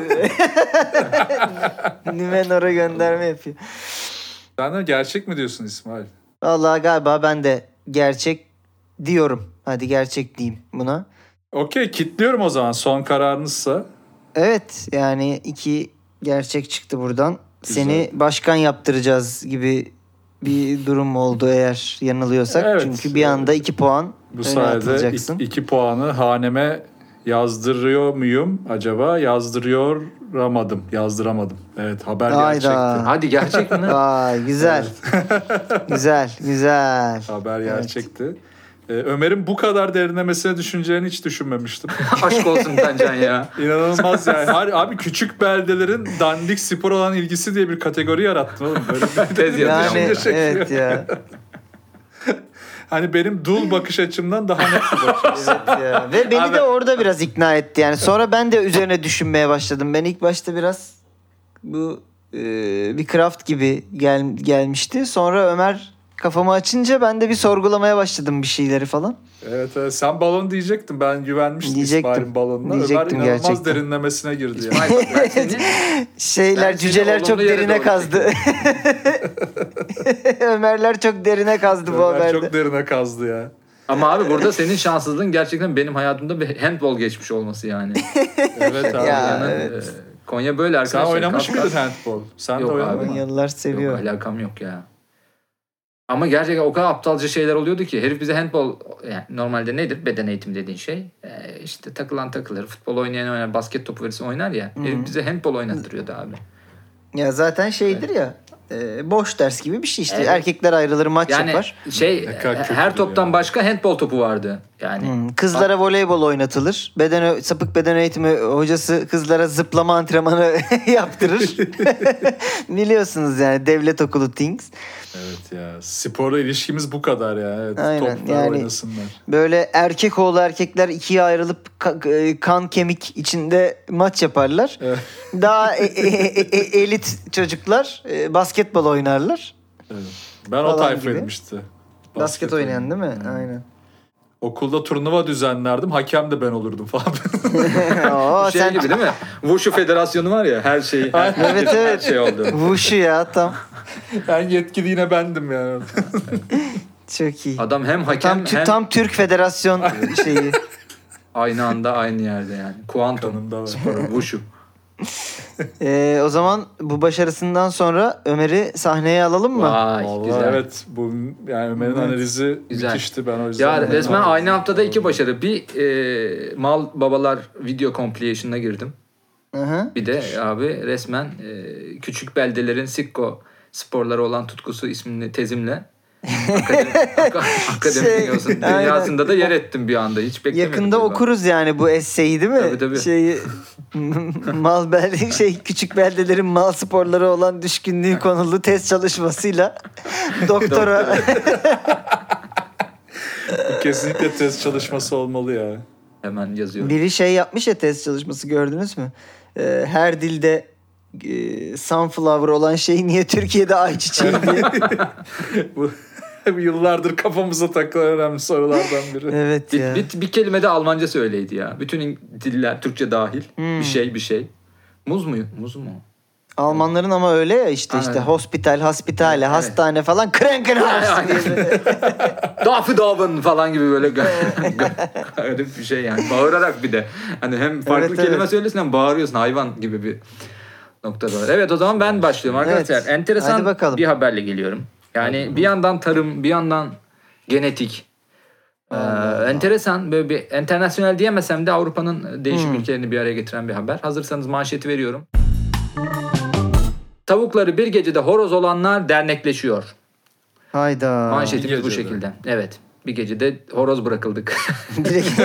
S2: Numenor'a gönderme yapıyor.
S3: Sen de gerçek mi diyorsun İsmail?
S2: Vallahi galiba ben de gerçek diyorum. Hadi gerçek diyeyim buna.
S3: Okey, kitliyorum o zaman, son kararınızsa.
S2: Evet, yani iki gerçek çıktı buradan.
S3: Güzel.
S2: Seni başkan yaptıracağız gibi bir durum oldu eğer yanılıyorsak.
S3: Evet.
S2: Çünkü bir anda iki puan
S3: Bu
S2: öne
S3: sayede
S2: atılacaksın.
S3: iki, iki puanı haneme yazdırıyor muyum acaba? Yazdırıyoramadım. Yazdıramadım. Evet, haber
S2: Hayda.
S3: gerçekti.
S4: Hadi gerçek mi?
S2: Vay güzel. güzel, güzel.
S3: Haber
S2: Evet.
S3: gerçekti. Ee, Ömer'in bu kadar derinlemesine düşüneceğini hiç düşünmemiştim.
S4: Aşk olsun Tancan ya.
S3: İnanılmaz yani. Har- Abi küçük beldelerin dandik spor olan ilgisi diye bir kategori yarattın oğlum. Böyle bir
S4: Tez yazıyor.
S2: Yani
S3: Düşünce şekli.
S2: evet ya.
S3: Hani benim dul bakış açımdan daha net bir bakış açısı.
S2: Evet ya. Ve beni
S4: Abi-
S2: de orada biraz ikna etti yani. Sonra ben de üzerine düşünmeye başladım. Ben ilk başta biraz bu e, bir craft gibi gel, gelmişti. Sonra Ömer kafamı açınca ben de bir sorgulamaya başladım bir şeyleri falan.
S3: Evet, evet. Sen balon diyecektin. Ben güvenmiştim
S2: Diyecektim.
S3: İsmail'in balonuna.
S2: Diyecektim
S3: Ömer inanılmaz
S2: gerçekten.
S3: derinlemesine girdi yani.
S4: İsmail bak ben seni,
S2: Şeyler,
S4: Ben seni
S2: cüceler çok
S4: olumlu yere
S2: derine
S4: doğru
S2: kazdı. Ömerler çok derine kazdı bu
S3: Ömer
S2: haberde.
S3: çok derine kazdı ya.
S4: ama abi burada senin şanssızlığın gerçekten benim hayatımda bir handball geçmiş olması yani.
S3: Evet abi.
S2: Ya,
S4: Yani,
S2: evet.
S4: e, Konya böyle
S3: Sen
S4: arkadaşlar.
S3: oynamış
S4: Kafkas-
S3: mıydın handball? Sen
S4: Yok
S3: de oynadın
S4: abi.
S3: mı?
S2: Konyalılar seviyor.
S4: Yok alakam yok ya. Ama gerçekten o kadar aptalca şeyler oluyordu ki. Herif bize handball, yani normalde nedir? Beden eğitimi dediğin şey. Ee, işte takılan takılır. Futbol oynayan oynar. Basket topu verirse oynar ya. Herif bize handball oynattırıyordu abi.
S2: Ya zaten şeydir ya. e, boş ders gibi bir şey işte.
S4: Evet.
S2: Erkekler ayrılır maç
S4: Yani
S2: yapar.
S4: şey
S3: Ne kadar kötü
S4: her toptan
S3: ya.
S4: başka handball topu vardı. Yani
S2: Hmm, Kızlara voleybol oynatılır. Beden ö- sapık beden eğitimi hocası kızlara zıplama antrenmanı yaptırır. Biliyorsunuz yani devlet okulu things.
S3: Evet ya. Sporla ilişkimiz bu kadar ya. Evet,
S2: Aynen,
S3: toplar
S2: yani-
S3: oynasınlar.
S2: Böyle erkek oğlu erkekler ikiye ayrılıp ka- e, kan kemik içinde maç yaparlar.
S3: Evet.
S2: Daha e- e- e- e- elit çocuklar e, basketbol oynarlar.
S3: Evet. Ben o
S2: Falan
S3: tayfaydım
S2: gibi.
S3: işte.
S2: Basket, oynayan değil mi?
S3: Hmm.
S2: Aynen.
S3: Okulda turnuva düzenlerdim. Hakem de ben olurdum falan.
S2: Oo,
S4: şey
S2: sen
S4: gibi değil mi? Wushu Federasyonu var ya her şey her,
S2: Evet,
S4: her
S2: evet.
S4: şey oldu.
S2: Wushu ya tam.
S3: En yetkili yine bendim yani.
S2: Çok iyi.
S4: Adam hem hakem
S2: Tam, tü-
S4: hem
S2: tam Türk Federasyon şeyi.
S4: aynı anda aynı yerde yani. Kuantum
S3: Kanımda var.
S4: sporu Wushu.
S2: Ee, o zaman bu başarısından sonra Ömer'i sahneye alalım mı?
S4: Vay
S3: Vallahi
S4: güzel.
S3: evet. Bu yani Ömer'in
S2: Evet.
S3: analizi
S4: Güzel.
S3: müthişti. Ben o yüzden.
S4: Ya resmen
S3: Anladım.
S4: aynı haftada iki başarı. Bir e, Mal Babalar video compilation'ına girdim.
S2: Hı hı.
S4: Bir de abi resmen e, küçük beldelerin sikko sporları olan tutkusu isimli tezimle akademi, ak- akademi
S2: Şey,
S4: dünyasında,
S2: aynen.
S4: dünyasında da yer ettim bir anda. Hiç beklemedim.
S2: Yakında
S4: ben.
S2: okuruz yani bu esseyi değil mi?
S4: Tabii, tabii.
S2: Şeyi mal belde şey küçük beldelerin mal sporları olan düşkünlüğü konulu test çalışmasıyla doktora.
S3: Bu kesinlikle test çalışması olmalı ya.
S4: Hemen yazıyorum.
S2: Biri şey yapmış ya test çalışması gördünüz mü? Ee, her dilde e, sunflower olan şey niye Türkiye'de ayçiçeği diye.
S3: Bu Yıllardır kafamıza takılan önemli sorulardan biri.
S2: Evet
S4: Bir,
S2: ya.
S4: bir, bir kelime de Almanca söyleydi ya. Bütün diller Türkçe dahil.
S2: Hmm.
S4: Bir şey bir şey. Muz mu? Muz mu?
S2: Almanların ama öyle ya işte işte
S4: Aynen.
S2: hospital, hospitale,
S4: Evet.
S2: hastane falan Krankenhaus
S4: Aynen.
S2: diye.
S4: Dafı davın falan gibi böyle garip bir şey yani. Bağırarak bir de. Hani hem farklı
S2: Evet,
S4: kelime
S2: evet.
S4: söylüyorsun hem bağırıyorsun hayvan gibi bir noktada var. Evet o zaman ben başlıyorum arkadaşlar.
S2: Evet.
S4: Enteresan
S2: Hadi bakalım.
S4: bir haberle geliyorum. Yani bir yandan tarım bir yandan genetik. Ee, enteresan böyle bir internasyonel diyemesem de Avrupa'nın değişik
S2: Hmm.
S4: ülkelerini bir araya getiren bir haber. Hazırsanız manşeti veriyorum. Tavukları bir gecede horoz olanlar dernekleşiyor.
S2: Hayda.
S4: Manşetimiz
S3: bir
S4: bu
S3: gecede.
S4: şekilde. Evet. Bir gecede horoz bırakıldık.
S2: Direkt-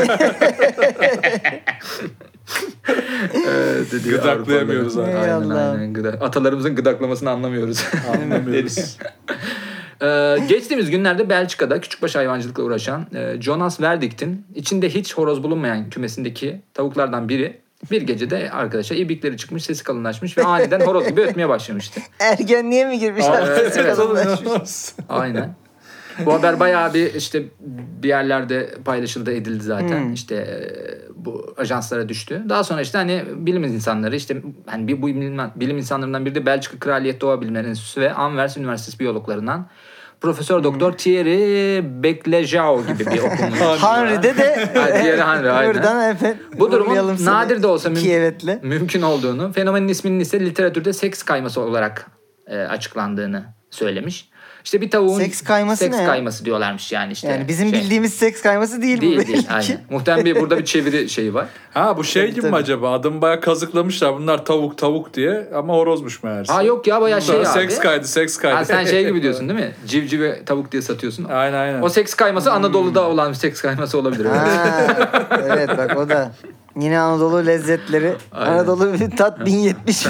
S4: Evet, dedi
S3: Gıdaklayamıyoruz
S4: Avrupalılar.
S2: Ey
S4: Aynen
S2: Allah.
S4: aynen. Gıda- Atalarımızın gıdaklamasını anlamıyoruz.
S3: Anlamıyoruz.
S4: Ee, geçtiğimiz günlerde Belçika'da küçükbaş hayvancılıkla uğraşan e, Jonas Verdicht'in içinde hiç horoz bulunmayan kümesindeki tavuklardan biri bir gecede arkadaşa ibikleri çıkmış, sesi kalınlaşmış ve aniden horoz gibi ötmeye başlamıştı.
S2: Ergenliğe mi girmiş?
S3: Aa,
S2: Artık
S3: evet, evet,
S2: kalınlaşmış.
S4: Aynen. Bu haber bayağı bir işte bir yerlerde paylaşıldı edildi zaten.
S2: Hmm.
S4: İşte e, bu ajanslara düştü. Daha sonra işte hani bilim insanları işte hani bir bu bilim, bilim insanlarından biri de Belçika Kraliyet Doğa Bilimleri Enstitüsü ve Anvers Üniversitesi biyologlarından Profesör Doktor Thierry Beclejau gibi bir okumuş.
S2: Henry'de de
S4: Ha, Thierry Henry, aynen.
S2: buradan efendim.
S4: Bu durumun
S2: vurmayalım seni.
S4: nadir de olsa
S2: İki
S4: mümkün,
S2: evetle.
S4: mümkün olduğunu, fenomenin isminin ise literatürde seks kayması olarak e, açıklandığını söylemiş. İşte bir tavuğun
S2: Seks kayması
S4: seks
S2: ne ya?
S4: kayması diyorlarmış yani işte.
S2: Yani bizim
S4: şey.
S2: bildiğimiz seks kayması değil,
S4: Değil
S2: bu
S4: değil
S2: belki.
S4: aynen. Muhtemelen bir burada bir çeviri şeyi var.
S3: Ha bu şey
S2: Tabii,
S3: gibi
S2: tabii.
S3: mi acaba? Adamı bayağı kazıklamışlar. Bunlar tavuk tavuk diye ama horozmuş meğerse.
S4: Ha yok ya bayağı şey
S3: Sonra
S4: abi.
S3: seks kaydı, seks kaydı.
S4: Ha, sen şey gibi diyorsun değil mi? Civcive tavuk diye satıyorsun.
S3: Aynen aynen.
S4: O seks kayması Anadolu'da olan bir seks kayması olabilir. Evet.
S2: Ha, evet bak o da. Yine Anadolu lezzetleri.
S4: Aynen.
S2: Anadolu bir tat bin yetmiş.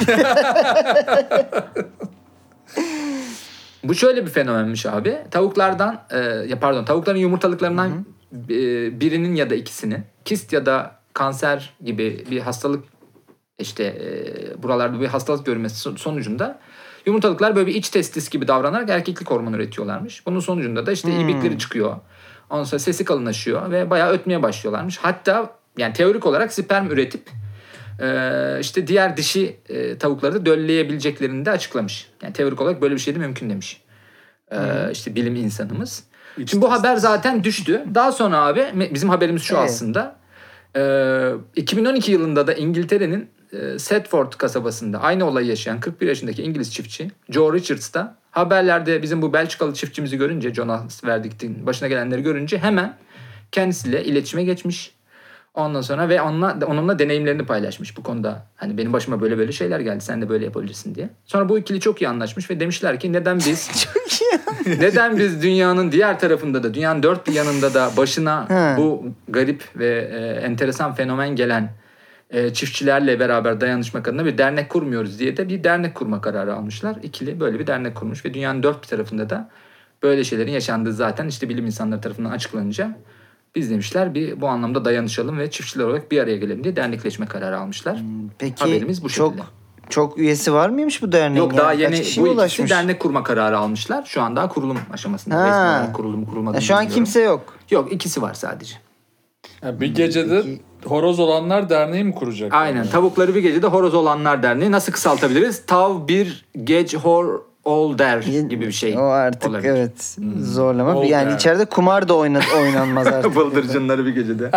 S4: Bu şöyle bir fenomenmiş abi. Tavuklardan, e, ya pardon, tavukların yumurtalıklarından e, birinin ya da ikisinin kist ya da kanser gibi bir hastalık işte e, buralarda bir hastalık görmesi son- sonucunda yumurtalıklar böyle bir iç testis gibi davranarak erkeklik hormonu üretiyorlarmış. Bunun sonucunda da işte ibikleri çıkıyor. Ondan sonra sesi kalınlaşıyor ve bayağı ötmeye başlıyorlarmış. Hatta yani teorik olarak sperm üretip Ee, işte diğer dişi e, tavukları da dölleyebileceklerini de açıklamış. Yani teorik olarak böyle bir şey de mümkün demiş. Ee, işte bilim insanımız.
S3: İç
S4: Şimdi bu
S3: test.
S4: haber zaten düştü. Daha sonra abi me- bizim haberimiz şu
S2: Evet.
S4: aslında. Ee, iki bin on iki yılında da İngiltere'nin e, Setford kasabasında aynı olayı yaşayan kırk bir yaşındaki İngiliz çiftçi Joe Richards da haberlerde bizim bu Belçikalı çiftçimizi görünce, Jonas Verdicht'in başına gelenleri görünce hemen kendisiyle iletişime geçmiş. Ondan sonra ve onunla, onunla deneyimlerini paylaşmış bu konuda. Hani benim başıma böyle böyle şeyler geldi, sen de böyle yapabilirsin diye. Sonra bu ikili çok iyi anlaşmış ve demişler ki neden biz
S2: Çok iyi.
S4: neden biz dünyanın diğer tarafında da, dünyanın dört bir yanında da başına
S2: Ha.
S4: bu garip ve e, enteresan fenomen gelen e, çiftçilerle beraber dayanışmak adına bir dernek kurmuyoruz diye de bir dernek kurma kararı almışlar. İkili böyle bir dernek kurmuş ve dünyanın dört bir tarafında da böyle şeylerin yaşandığı zaten işte bilim insanları tarafından açıklanınca biz demişler bir bu anlamda dayanışalım ve çiftçiler olarak bir araya gelelim diye dernekleşme kararı almışlar.
S2: Peki
S4: Haberimiz bu
S2: çok
S4: şekilde.
S2: çok üyesi var mıymış bu derneğin?
S4: Yok
S2: ya?
S4: daha
S2: Kaç
S4: yeni
S2: kişi
S4: bu ikisi
S2: ulaşmış?
S4: dernek kurma kararı almışlar. Şu an daha kurulum aşamasında.
S2: Ha.
S4: Resmi olarak kuruldu mu kurulmadı
S2: Ya
S4: mı
S2: şu an
S4: bilmiyorum.
S2: kimse yok.
S4: Yok ikisi var sadece.
S3: Yani bir gecede horoz olanlar derneği mi kuracak?
S4: Aynen. Tavukları bir gecede horoz olanlar derneği nasıl kısaltabiliriz? Tav bir gec hor ol der gibi bir şey.
S2: O artık
S4: olabilir.
S2: evet zorlama.
S3: Oldu
S2: yani
S3: yani.
S2: içeride kumar da oynat oynanmaz artık.
S4: Bıldırcınları bir gecede.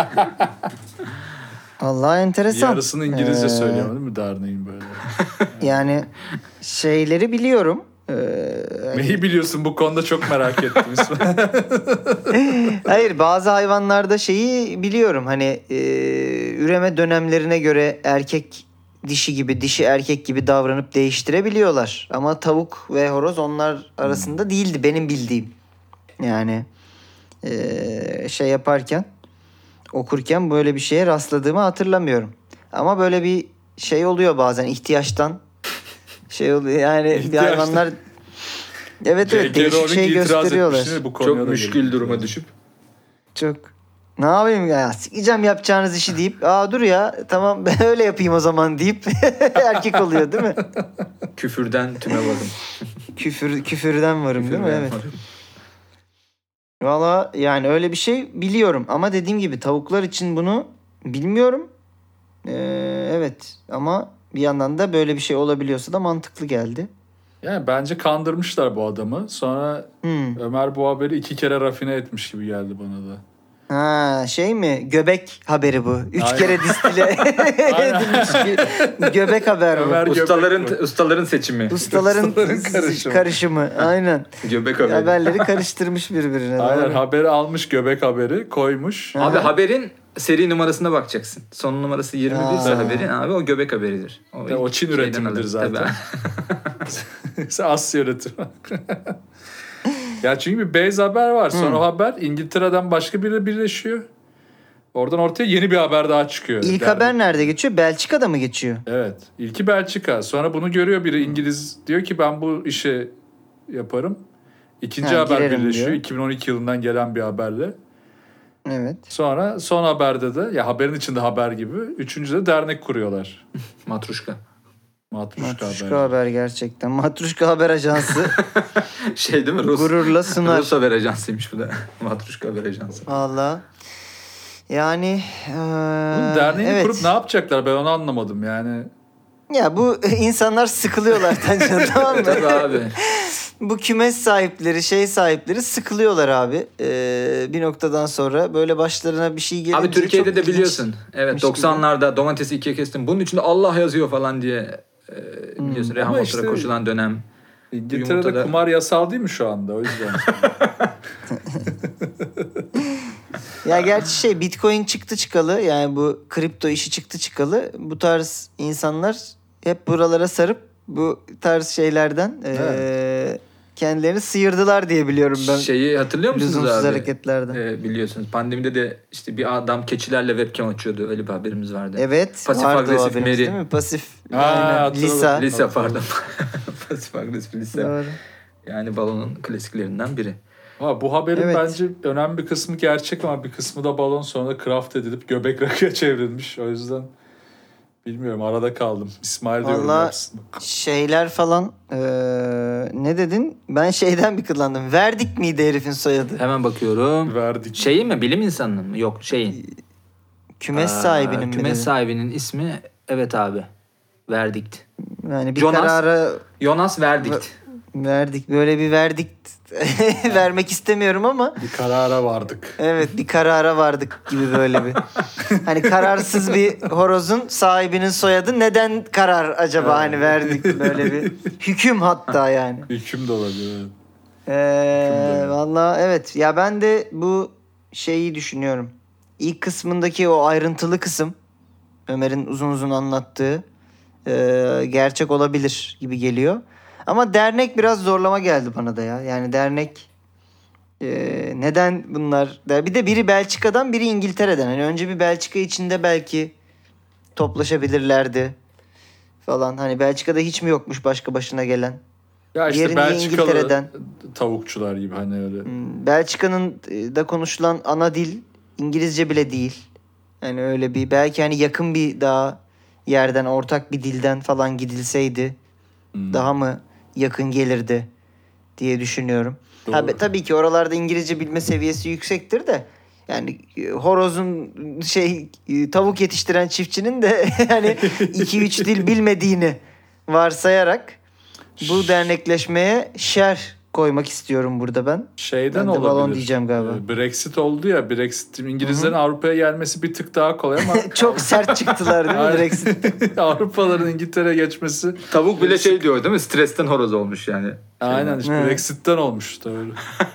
S2: Allah enteresan.
S3: Yarısını İngilizce
S2: Ee,
S3: söylüyor değil mi derneğin böyle?
S2: Yani şeyleri biliyorum. Ee,
S3: Neyi biliyorsun bu konuda çok merak ettim.
S2: hayır bazı hayvanlarda şeyi biliyorum. Hani e, üreme dönemlerine göre erkek dişi gibi, dişi erkek gibi davranıp değiştirebiliyorlar. Ama tavuk ve horoz onlar arasında değildi benim bildiğim. Yani e, şey yaparken, okurken böyle bir şeye rastladığımı hatırlamıyorum. Ama böyle bir şey oluyor bazen ihtiyaçtan. Şey oluyor yani bir
S3: İhtiyaçtan.
S2: hayvanlar evet evet
S3: J K.
S2: değişik
S3: Rowling
S2: şey
S3: itiraz
S2: gösteriyorlar.
S3: etmiş değil mi bu konuya
S4: Çok
S3: da
S4: müşkül
S3: gelip?
S4: duruma düşüp.
S2: Çok. Ne yapayım ya? Sikeceğim yapacağınız işi deyip aa dur ya tamam ben öyle yapayım o zaman deyip erkek oluyor değil mi?
S4: Küfürden tüme varım.
S2: Küfür küfürden varım değil mi?
S4: Küfürden
S2: Evet.
S4: varım.
S2: Valla yani öyle bir şey biliyorum ama dediğim gibi tavuklar için bunu bilmiyorum. Ee, evet ama bir yandan da böyle bir şey olabiliyorsa da mantıklı geldi.
S3: Yani bence kandırmışlar bu adamı. Sonra
S2: Hmm.
S3: Ömer bu haberi iki kere rafine etmiş gibi geldi bana da.
S2: Ha şey mi? Göbek haberi bu. Üç
S3: Aynen.
S2: kere distile edilmiş bir göbek haber bu.
S3: Ömer Göbek
S4: Ustaların
S3: bu.
S4: ustaların seçimi.
S2: Ustaların,
S3: Ustaların karışımı.
S2: karışımı. Aynen.
S4: Göbek haberi.
S2: Haberleri karıştırmış birbirine.
S3: Aynen
S2: Doğru.
S3: haberi almış göbek haberi koymuş.
S2: Ha.
S4: Abi haberin seri numarasına bakacaksın. Son numarası yirmi bir ise
S2: Aa.
S4: haberin abi o göbek haberidir. O,
S3: Ya o
S4: ilk
S3: Çin
S4: şeyden
S3: üretimidir
S4: alır.
S3: zaten.
S4: Tabii.
S3: Asya üretimi. Ya çünkü bir base haber var. Sonra
S2: Hmm.
S3: o haber İngiltere'den başka biriyle birleşiyor. Oradan ortaya yeni bir haber daha çıkıyor.
S2: İlk
S3: derdi.
S2: haber nerede geçiyor? Belçika'da mı geçiyor?
S3: Evet. İlki Belçika. Sonra bunu görüyor biri İngiliz. Diyor ki ben bu işi yaparım. İkinci
S2: Ha,
S3: haber
S2: girerim
S3: birleşiyor.
S2: diyor.
S3: iki bin on iki yılından gelen bir haberle.
S2: Evet.
S3: Sonra son haberde de ya haberin içinde haber gibi. Üçüncüde dernek kuruyorlar.
S4: Matruşka.
S3: Matruşka,
S2: Matruşka
S3: haber.
S2: haber gerçekten. Matruşka Haber Ajansı
S4: Şey değil mi? Rus,
S2: gururla sunar.
S4: Rus haber ajansıymış bu da. Matruşka haber ajansı.
S2: Valla. Yani eee,
S3: Bunun derneğini
S2: evet.
S3: kurup ne yapacaklar ben onu anlamadım yani.
S2: Ya bu insanlar sıkılıyorlar Tancan, tamam mı?
S4: Tabii abi.
S2: Bu kümes sahipleri, şey sahipleri sıkılıyorlar abi. Ee, bir noktadan sonra böyle başlarına bir şey gelince
S4: Abi Türkiye'de
S2: çok
S4: de
S2: ilginç.
S4: biliyorsun. Evet
S2: gibi.
S4: doksanlarda domatesi ikiye kestim. Bunun içinde Allah yazıyor falan diye e, biliyorsun Reha
S3: Ama
S4: Motor'a
S3: işte-
S4: koşulan dönem.
S3: İngiltere'de
S4: Yumurtada-
S3: kumar yasal değil mi şu anda o yüzden.
S2: Ya gerçi şey Bitcoin çıktı çıkalı, yani bu kripto işi çıktı çıkalı. Bu tarz insanlar hep buralara sarıp bu tarz şeylerden ee, kendilerini sıyırdılar diye biliyorum ben.
S4: Şeyi hatırlıyor musunuz
S2: Lüzumsuz
S4: abi?
S2: hareketlerden.
S4: E, biliyorsunuz pandemide de işte bir adam keçilerle webcam açıyordu. Öyle bir haberimiz vardı.
S2: Evet.
S4: Pasif
S2: vardı o
S4: agresif
S2: haberimiz,
S4: Mary.
S2: değil mi? Pasif.
S3: Ha,
S2: aynen.
S3: hatırladım.
S2: Lisa.
S4: Lise pardon. Pasif agresif lise.
S2: Doğru.
S4: Yani balonun klasiklerinden biri.
S3: Ama bu haberin
S2: Evet.
S3: bence önemli bir kısmı gerçek ama bir kısmı da balon sonra craft edilip göbek rakıya çevrilmiş. O yüzden bilmiyorum arada kaldım. İsmail diyorum
S2: Vallahi-
S3: yapsın.
S2: Şeyler falan eee, ne dedin? Ben şeyden bir kullandım. Verdik miydi herifin soyadı?
S4: Hemen bakıyorum.
S3: Verdik.
S4: Şeyi mi? Bilim insanının mı? Yok şeyin.
S2: Kümes
S4: Aa,
S2: sahibinin mi
S4: Kümes
S2: dedin?
S4: sahibinin ismi evet abi. Verdikt.
S2: Yani bir
S4: Jonas-
S2: karara
S4: Jonas Verdikt.
S2: verdik. Böyle bir verdik vermek istemiyorum ama
S3: Bir karara vardık.
S2: evet bir karara vardık gibi böyle bir. Hani kararsız bir horozun sahibinin soyadı neden karar acaba hani verdik böyle bir hüküm hatta yani.
S3: Hüküm de olabilir. evet.
S2: Ee, Valla evet. Ya ben de bu şeyi düşünüyorum. İlk kısmındaki o ayrıntılı kısım Ömer'in uzun uzun anlattığı e, gerçek olabilir gibi geliyor. Ama dernek biraz zorlama geldi bana da ya. Yani dernek e, neden bunlar? Der- Bir de biri Belçika'dan biri İngiltere'den. Hani önce bir Belçika içinde belki toplaşabilirlerdi falan. Hani Belçika'da hiç mi yokmuş başka başına gelen?
S3: Ya işte
S2: Diğeri niye
S3: Belçikalı
S2: İngiltere'den?
S3: tavukçular gibi hani öyle.
S2: Hmm, Belçika'nın e, da konuşulan ana dil İngilizce bile değil. Yani öyle bir belki hani yakın bir daha yerden ortak bir dilden falan gidilseydi
S3: Hmm.
S2: daha mı yakın gelirdi diye düşünüyorum.
S3: Doğru.
S2: Ha, be- tabii ki oralarda İngilizce bilme seviyesi yüksektir de yani e, horozun şey e, tavuk yetiştiren çiftçinin de hani iki üç dil bilmediğini varsayarak bu dernekleşmeye şer koymak istiyorum burada ben.
S3: Şeyden
S2: Ben de
S3: olabilir.
S2: balon diyeceğim galiba.
S3: Ee, Brexit oldu ya. Brexit İngilizlerin Avrupa'ya gelmesi bir tık daha kolay ama
S2: Çok sert çıktılar değil mi
S3: Aynen.
S2: Brexit?
S3: Avrupalıların İngiltere'ye geçmesi
S4: Tavuk bile şey diyor değil mi? Stresten horoz olmuş yani.
S3: aynen işte
S2: Evet.
S3: Brexit'ten olmuş da öyle.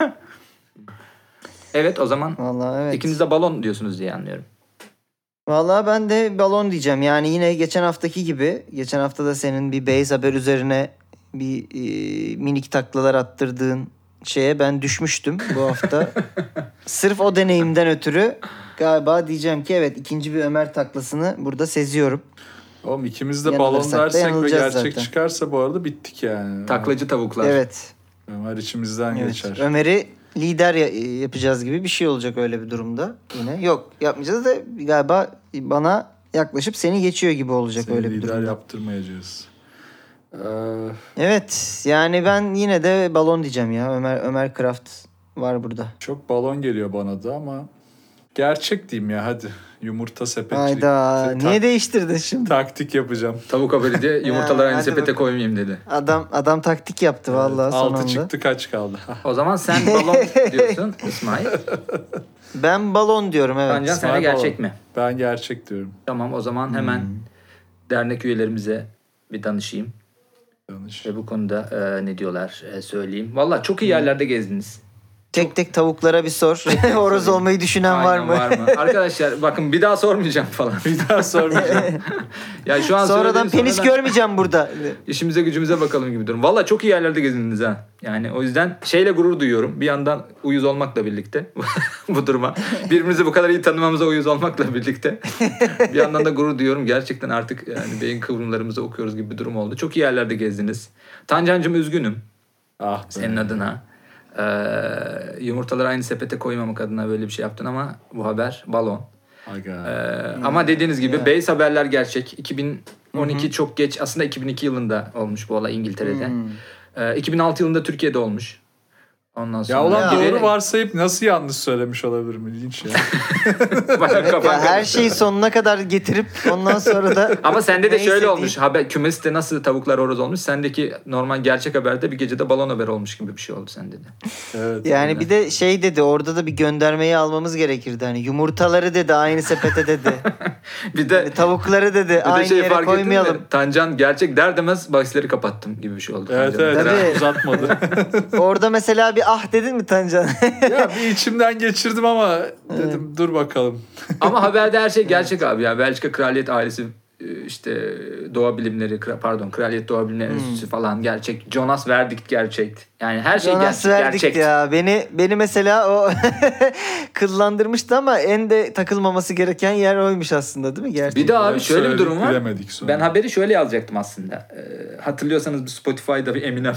S4: Evet o zaman
S2: Vallahi evet.
S4: ikiniz de balon diyorsunuz diye anlıyorum.
S2: Vallahi ben de balon diyeceğim. Yani yine geçen haftaki gibi. Geçen hafta da senin bir base haber üzerine bir e, minik taklalar attırdığın şeye ben düşmüştüm bu hafta. Sırf o deneyimden ötürü galiba diyeceğim ki evet ikinci bir Ömer taklasını burada seziyorum.
S3: Oğlum ikimiz de
S2: Yanılırsak
S3: balon
S2: da
S3: dersek ve
S2: yanılacağız
S3: gerçek
S2: zaten.
S3: çıkarsa bu arada bittik yani.
S4: Taklacı tavuklar.
S2: Evet.
S3: Ömer içimizden
S2: evet.
S3: geçer.
S2: Ömer'i lider ya- yapacağız gibi bir şey olacak öyle bir durumda. Yine yok yapmayacağız da galiba bana yaklaşıp seni geçiyor gibi olacak
S3: Seni
S2: öyle bir
S3: lider
S2: durumda.
S3: yaptırmayacağız. Ee,
S2: Evet yani ben yine de balon diyeceğim ya. Ömer Ömer Craft var burada.
S3: Çok balon geliyor bana da ama gerçek diyeyim ya hadi. Yumurta sepetçi.
S2: Hayda.
S3: Ta-
S2: Niye değiştirdin şimdi?
S3: Taktik yapacağım.
S4: Tavuk haberi diye yumurtaları
S2: Ya,
S4: aynı
S2: hadi
S4: sepete
S2: bakalım.
S4: koymayayım dedi.
S2: Adam adam taktik yaptı vallahi son
S3: Altı
S2: anda.
S3: çıktı kaç kaldı?
S4: O zaman sen balon diyorsun İsmail.
S2: Ben balon diyorum evet.
S4: Tancan sen de
S3: İsmail
S4: gerçek
S3: balon.
S4: mi?
S3: Ben gerçek diyorum.
S4: Tamam o zaman hemen
S2: Hmm.
S4: dernek üyelerimize bir danışayım.
S3: Yanlış.
S4: Ve bu konuda e, ne diyorlar e, söyleyeyim. Valla çok iyi yerlerde gezdiniz.
S2: Tek tek tavuklara bir sor. Horoz olmayı düşünen var
S4: Aynen,
S2: mı?
S4: var mı? Arkadaşlar bakın bir daha sormayacağım falan.
S3: Bir daha sormayacağım.
S4: Ya şu an
S2: Sonradan
S4: söylediğim
S2: penis
S4: sonradan
S2: görmeyeceğim burada.
S4: işimize gücümüze bakalım gibi durum. Valla çok iyi yerlerde gezdiniz ha. Yani o yüzden şeyle gurur duyuyorum. Bir yandan uyuz olmakla birlikte bu duruma. Birbirimizi bu kadar iyi tanımamıza uyuz olmakla birlikte. Bir yandan da gurur duyuyorum. Gerçekten artık yani beyin kıvrımlarımızı okuyoruz gibi bir durum oldu. Çok iyi yerlerde gezdiniz. Tancancığım üzgünüm
S3: Ah be.
S4: senin adına. Ee, yumurtaları aynı sepete koymamak adına böyle bir şey yaptın ama bu haber balon.
S3: Aga.
S4: Ee, ama dediğiniz gibi base haberler gerçek. iki bin on iki çok geç. Aslında iki bin iki yılında olmuş bu olay İngiltere'de. Ee, iki bin altı yılında Türkiye'de olmuş. Ondan sonra
S3: Ya ulan
S2: Ya.
S3: doğru varsayıp nasıl yanlış söylemiş olabilirim? İlginç ya.
S4: Bayağı kafan
S2: Ya her
S4: karıştı.
S2: şeyi sonuna kadar getirip ondan sonra da
S4: Ama sende de
S2: neyse
S4: şöyle
S2: deyip-
S4: olmuş. Haber kümeste nasıl tavuklar horoz olmuş. Sendeki normal gerçek haberde bir gecede balon haber olmuş gibi bir şey oldu sende de.
S3: Evet.
S2: Yani bir de şey dedi orada da bir göndermeyi almamız gerekirdi. Hani yumurtaları dedi aynı sepete dedi.
S4: Bir de
S2: Yani tavukları dedi
S4: bir de
S2: aynı
S4: şey
S2: yere
S4: fark ettim
S2: koymayalım.
S4: de Tancan gerçek der demez bahisleri kapattım gibi bir şey oldu.
S3: Evet
S4: Tancan'ın.
S3: evet.
S2: Tabii.
S3: Uzatmadı.
S2: Orada mesela bir ah dedin mi Tancan?
S3: ya bir içimden geçirdim ama dedim dur bakalım.
S4: Ama haberde her şey gerçek abi ya. Belçika Kraliyet ailesi e, işte doğa bilimleri kra- pardon Kraliyet Doğa Bilimleri Enstitüsü falan gerçek. Jonas Verdict gerçek. Yani her şey
S2: Jonas
S4: gerçek.
S2: verdik
S4: gerçek.
S2: ya. Beni beni mesela o kıllandırmıştı ama en de takılmaması gereken yer oymuş aslında değil mi? Gerçekten.
S4: Bir de abi şöyle bir
S3: Söyledik,
S4: durum var.
S3: bilemedik sonra.
S4: Ben haberi şöyle yazacaktım aslında. Ee, hatırlıyorsanız bir Spotify'da bir Eminem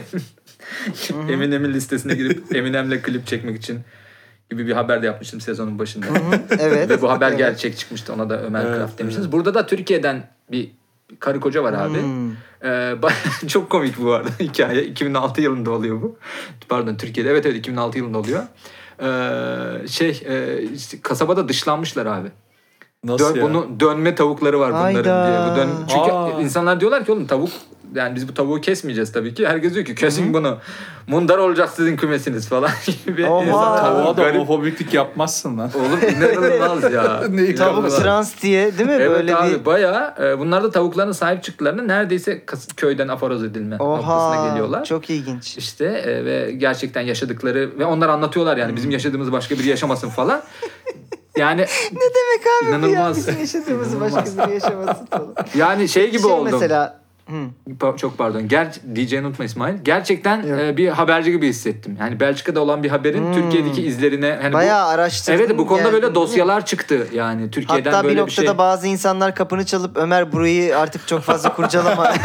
S4: Eminem'in listesine girip Eminem'le klip çekmek için gibi bir haber de yapmıştım sezonun başında.
S2: Evet.
S4: Ve bu haber
S2: Evet.
S4: gerçek çıkmıştı. Ona da Ömer
S3: Evet,
S4: Kraft demiştiniz.
S3: evet.
S4: Burada da Türkiye'den bir karı koca var abi.
S2: Hmm.
S4: Ee, ba- çok komik bu arada hikaye. iki bin altı yılında oluyor bu. Pardon Türkiye'de. Evet evet iki bin altı yılında oluyor. Ee, şey e, işte kasabada dışlanmışlar abi.
S3: Nasıl
S4: Dön,
S3: ya?
S4: bunu dönme tavukları var bunların
S2: Hayda.
S4: diye. Bu dön, çünkü
S3: Aa.
S4: insanlar diyorlar ki oğlum tavuk yani biz bu tavuğu kesmeyeceğiz tabii ki. Herkes diyor ki kesin bunu. Mundar olacak sizin kümesiniz falan gibi.
S2: Oha.
S4: İnsanlar-
S3: Tavuğa da
S4: Garip.
S3: homofobiklik yapmazsın lan.
S4: Oğlum inanılmaz ya.
S3: Neyi
S2: Tavuk
S4: İnanılmaz.
S2: trans diye değil mi?
S4: Evet
S2: Böyle
S4: abi
S2: bir
S4: bayağı e, bunlar da tavuklarının sahip çıktıklarını neredeyse kas- köyden aforoz edilme noktasına
S2: oha
S4: geliyorlar.
S2: çok ilginç.
S4: İşte e, ve gerçekten yaşadıkları ve onlar anlatıyorlar yani bizim yaşadığımız başka biri yaşamasın falan. Yani
S2: Ne demek abi bu ya?
S4: İnanılmaz.
S2: Bizim yaşadığımızı başka biri yaşamasın falan.
S4: yani şey gibi
S2: şey
S4: oldum.
S2: mesela hı.
S4: Pa- Çok pardon. Ger D J'ni unutma İsmail. Gerçekten
S2: Yok.
S4: e, bir haberci gibi hissettim. Yani Belçika'da olan bir haberin
S2: Hmm.
S4: Türkiye'deki izlerine hani bu-
S2: Bayağı araştırdın.
S4: Evet bu konuda
S2: geldin,
S4: böyle
S2: değil mi?
S4: dosyalar çıktı. Yani Türkiye'den
S2: Hatta bir
S4: böyle bir
S2: noktada
S4: şey.
S2: bazı insanlar kapını çalıp Ömer burayı artık çok fazla kurcalama.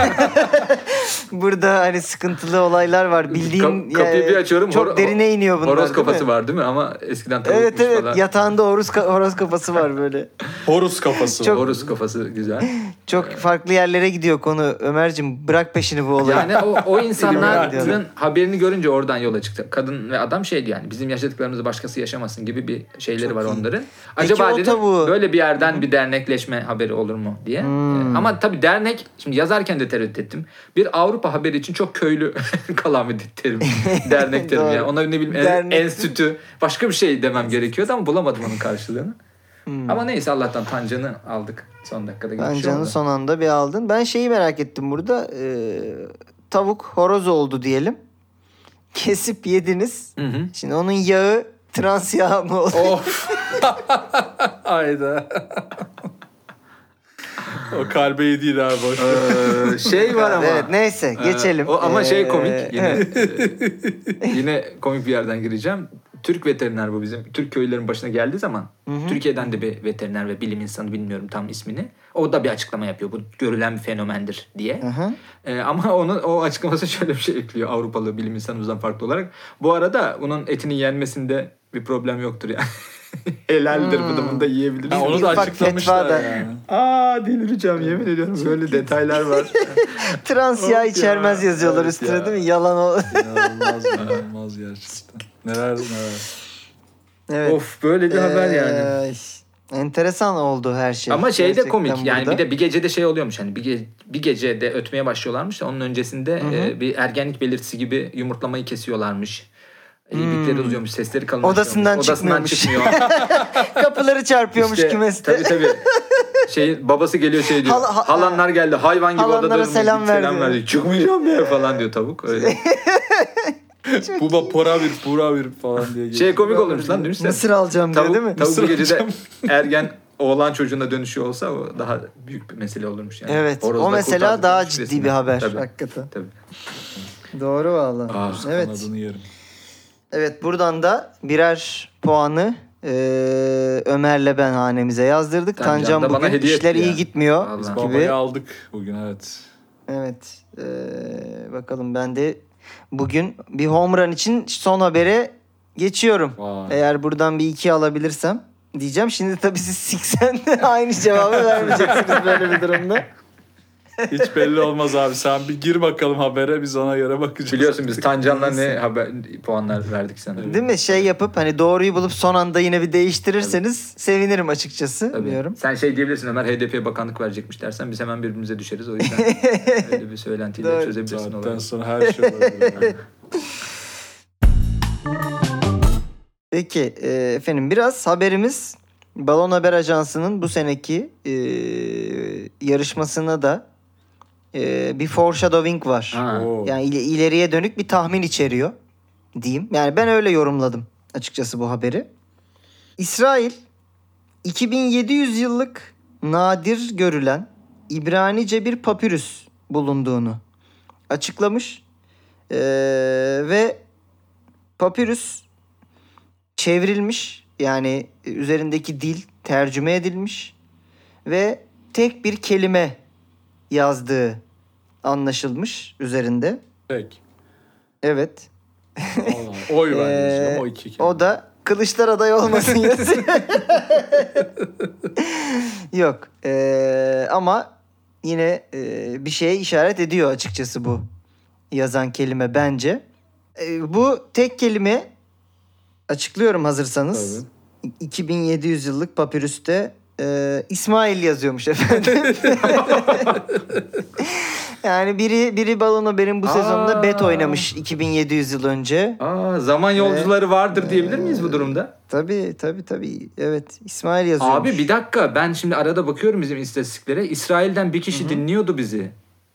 S2: Burada hani sıkıntılı olaylar var. Bildiğin
S4: Ka- kapıyı
S2: yani
S4: bir açıyorum.
S2: çok
S4: hor-
S2: derine iniyor bunlar.
S4: Horoz
S2: değil
S4: kafası
S2: mi?
S4: var değil mi? Ama eskiden tavukmuş
S2: Evet evet
S4: falan.
S2: yatağında horoz, ka- horoz kafası var böyle.
S3: Horus kafası.
S2: Çok-
S4: Horoz kafası güzel.
S2: Çok farklı yerlere gidiyor konu. Ömer'cim bırak peşini bu olayı.
S4: Yani o, o
S2: Biliyorum.
S4: insanların haberini görünce oradan yola çıktı. Kadın ve adam şeydi yani bizim yaşadıklarımızı başkası yaşamasın gibi bir şeyleri
S2: Çok
S4: var
S2: iyi.
S4: onların.
S2: Peki
S4: Acaba
S2: o
S4: dedim
S2: tavuğu-
S4: böyle bir yerden bir dernekleşme haberi olur mu diye.
S2: Hmm.
S4: Ee, Ama tabii dernek şimdi yazarken de tereddüt ettim. Bir Avrupa haberi için çok köylü kalan bir terim. Dernek terim
S2: Doğru.
S4: yani. Ona ne bileyim en-
S2: Dernek.
S4: enstitü başka bir şey demem gerekiyordu ama bulamadım onun karşılığını.
S2: Hmm.
S4: Ama neyse Allah'tan Tancan'ı aldık son dakikada gibi bir şey
S2: Tancan'ı
S4: oldu.
S2: son anda bir aldın. Ben şeyi merak ettim burada. Ee, tavuk horoz oldu diyelim. Kesip yediniz.
S4: Hı hı.
S2: Şimdi onun yağı trans yağı mı oldu?
S3: Of. Hayda. O kalbe iyi değil abi boş. ver.
S4: Ee, şey var ama.
S2: Evet neyse geçelim.
S4: Ee, o ama şey
S2: Ee,
S4: komik yine e, yine komik bir yerden gireceğim. Türk veteriner bu bizim. Türk köylerin başına geldiği zaman Türkiye'den de bir veteriner ve bilim insanı bilmiyorum tam ismini. O da bir açıklama yapıyor. Bu görülen bir fenomendir diye.
S2: Hı hı.
S4: Ee, ama onun o açıklaması şöyle bir şey ekliyor Avrupalı bilim insanımızdan farklı olarak. Bu arada onun etinin yenmesinde bir problem yoktur yani. Helaldir
S2: Hmm.
S4: bunu, bunu da yiyebiliriz.
S3: Ha, onu
S2: Bir
S3: da
S2: ufak
S3: açıklamışlar
S2: fetva da.
S3: yani.
S4: Aa delireceğim yemin ediyorum, böyle detaylar var.
S2: Trans
S4: Of
S2: yağ
S4: ya.
S2: içermez yazıyorlar
S3: Evet
S2: üstüne
S3: ya.
S2: değil mi? Yalan o.
S3: İnanılmaz, inanılmaz gerçekten. Neler neler.
S2: Evet.
S4: Of böyle bir haber yani.
S2: Ee, Enteresan oldu her şey.
S4: Ama şey de
S2: Gerçekten
S4: komik yani,
S2: burada.
S4: bir de bir gecede şey oluyormuş hani, bir, ge- bir gecede ötmeye başlıyorlarmış da onun öncesinde
S2: Hı hı.
S4: e, bir ergenlik belirtisi gibi yumurtlamayı kesiyorlarmış. İlikleri
S2: Hmm.
S4: uzuyormuş, sesleri kalınlaşıyormuş.
S2: Odasından çıkmıyormuş.
S4: çıkıyor.
S2: Kapıları çarpıyormuş
S4: İşte,
S2: kümeste.
S4: tabii tabii. Şey, babası geliyor şey diyor.
S2: Hala- ha-
S4: Halanlar geldi hayvan gibi
S2: Halanlara
S4: odada
S2: selam
S4: selam,
S2: verdi.
S4: verdi. Çıkmayacağım ya falan diyor tavuk öyle.
S3: Buba pora bir pura bir falan diye
S4: Şey
S3: geçiyor.
S4: komik olurmuş lan, değil mi?
S2: Mısır alacağım diyor
S4: Tavuk,
S2: değil mi?
S4: tavuk
S3: Mısır
S4: bu gecede
S3: alacağım.
S4: ergen oğlan çocuğuna dönüşüyor olsa o daha büyük bir mesele olurmuş yani.
S2: Evet.
S4: Horozla
S2: O mesela
S4: kurtardık
S2: daha
S4: demiş
S2: ciddi
S4: resmen.
S2: bir haber.
S4: Tabii.
S2: Hakikaten.
S4: Tabii.
S2: Doğru valla.
S4: Ah,
S2: Evet.
S3: Kanadını yerim.
S2: Evet, buradan da birer puanı e, Ömer'le ben hanemize yazdırdık.
S4: Tancan
S2: Tancan
S4: da bana
S2: bugün
S4: hediye
S2: işler
S4: etti
S2: iyi
S4: ya.
S2: gitmiyor
S4: Vallahi.
S3: Biz
S2: gibi.
S3: babayı aldık bugün, evet.
S2: Evet. e, bakalım ben de bugün bir home run için son habere geçiyorum.
S3: Vay.
S2: Eğer buradan bir iki alabilirsem diyeceğim. Şimdi tabii siz siksen de aynı cevabı vermeyeceksiniz böyle bir durumda.
S3: Hiç belli olmaz abi. Sen bir gir bakalım habere, biz ona göre bakacağız.
S4: Biliyorsun biz Tancan'la
S2: Neyse.
S4: ne haber puanlar verdik sana.
S3: Evet.
S2: Değil mi? Şey yapıp hani doğruyu bulup son anda yine bir değiştirirseniz sevinirim açıkçası.
S4: Tabii.
S2: Diyorum.
S4: Sen şey diyebilirsin, Ömer H D P'ye bakanlık verecekmiş dersen biz hemen birbirimize düşeriz, o yüzden öyle bir söylentiyle
S2: Doğru.
S4: çözebilirsin
S3: Saatten
S4: olayı.
S3: sonra her şey olabilir. yani.
S2: Peki e, efendim biraz haberimiz Balon Haber Ajansı'nın bu seneki e, yarışmasına da e, bir foreshadowing var.
S4: Ha.
S3: Oo.
S2: Yani ile- ileriye dönük bir tahmin içeriyor diyeyim. Yani ben öyle yorumladım açıkçası bu haberi. İsrail iki bin yedi yüz yıllık nadir görülen İbranice bir papirüs bulunduğunu açıklamış. Ee, ve papirüs çevrilmiş, yani üzerindeki dil tercüme edilmiş ve tek bir kelime yazdığı anlaşılmış üzerinde.
S3: Peki.
S2: Evet.
S3: Allah. Oy ben
S2: Ee,
S3: yazıyorum, o iki kelime.
S2: O da Kılıçlar aday olmasın yazıyor. Yok. Ee, ama yine e, bir şeye işaret ediyor açıkçası bu yazan kelime bence. Ee, bu tek kelime, açıklıyorum hazırsanız.
S3: Tabii.
S2: iki bin yedi yüz yıllık papirüste e, İsmail yazıyormuş efendim. Yani biri biri Balon Haber'in bu
S4: Aa.
S2: sezonunda bet oynamış iki bin yedi yüz yıl önce.
S4: Aa, zaman yolcuları vardır diyebilir miyiz bu durumda?
S2: Tabii tabii tabii. Evet, İsmail yazıyormuş.
S4: Abi bir dakika, ben şimdi arada bakıyorum bizim istatistiklere. İsrail'den bir kişi dinliyordu bizi.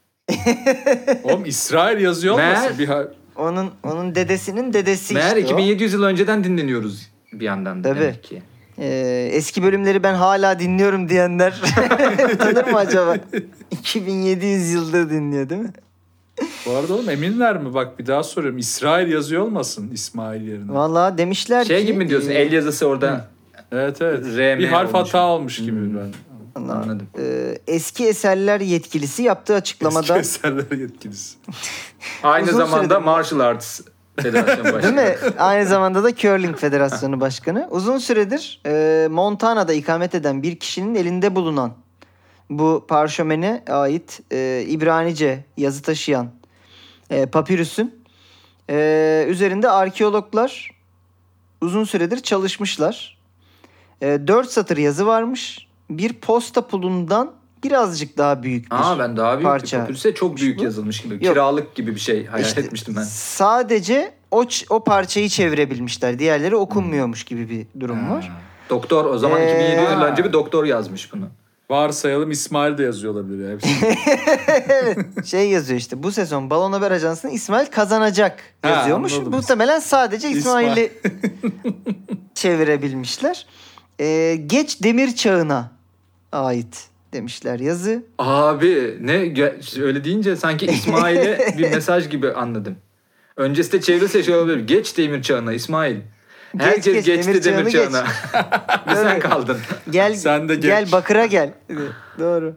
S3: Oğlum İsrail yazıyor
S4: Meğer-
S3: olmasın? Bir ha-
S2: Onun onun dedesinin dedesi
S4: Meğer
S2: işte
S4: iki bin yedi yüz yıl önceden dinleniyoruz bir yandan da
S2: Tabii.
S4: demek ki.
S2: o. Ee, eski bölümleri ben hala dinliyorum diyenler utanır mı acaba? iki bin yedi yüz yılda dinliyor değil mi?
S3: Bu arada oğlum eminler mi? Bak bir daha soruyorum. İsrail yazıyor olmasın İsmail yerine.
S2: Vallahi demişler
S4: Şey
S2: ki...
S4: gibi mi diyorsun?
S2: e,
S4: El yazısı orada.
S3: Evet evet.
S4: R M
S3: bir harf
S4: olmuş.
S3: hata olmuş gibi
S4: Hmm.
S3: ben.
S4: Anladım.
S2: e, eski eserler yetkilisi yaptığı açıklamada...
S3: Eski eserler yetkilisi.
S4: Aynı
S2: Uzun
S4: zamanda
S2: süredir-
S4: Martial Arts Federasyonu
S2: Değil
S4: Başkanı.
S2: mi? Aynı zamanda da Curling Federasyonu Başkanı. Uzun süredir e, Montana'da ikamet eden bir kişinin elinde bulunan bu parşömene ait e, İbranice yazı taşıyan e, papirüsün e, üzerinde arkeologlar uzun süredir çalışmışlar. E, dört satır yazı varmış. Bir posta pulundan birazcık daha büyük bir
S4: Aa, ben daha büyük
S2: parça.
S4: bir papirüse çok büyük
S2: Bu.
S4: yazılmış gibi.
S2: Yok.
S4: Kiralık gibi bir şey hayal
S2: İşte
S4: etmiştim ben.
S2: Sadece o, ç- o parçayı çevirebilmişler. Diğerleri okunmuyormuş gibi bir durum var.
S4: Doktor o zaman
S2: Ee,
S4: iki bin yedi yıl önce bir doktor yazmış bunu.
S3: Varsayalım İsmail de yazıyor olabilir. Ya. Hepsi.
S2: Evet, şey yazıyor işte, bu sezon Balon Haber Ajansı'nın İsmail kazanacak
S3: Ha,
S2: yazıyormuş.
S3: anladım.
S2: Muhtemelen sadece
S3: İsmail.
S2: İsmail'i çevirebilmişler. Ee, geç demir çağına ait demişler yazı.
S4: Abi ne ge- öyle deyince sanki İsmail'e bir mesaj gibi anladım. Öncesinde çevirse şey olabilir. Geç demir çağına İsmail. Herkes
S2: geç,
S4: geçti
S2: demir
S4: demir,
S2: çağını
S4: çağına. Bir sen
S2: Evet.
S4: kaldın.
S2: Gel
S3: Sen de geç.
S2: gel bakıra gel. Doğru.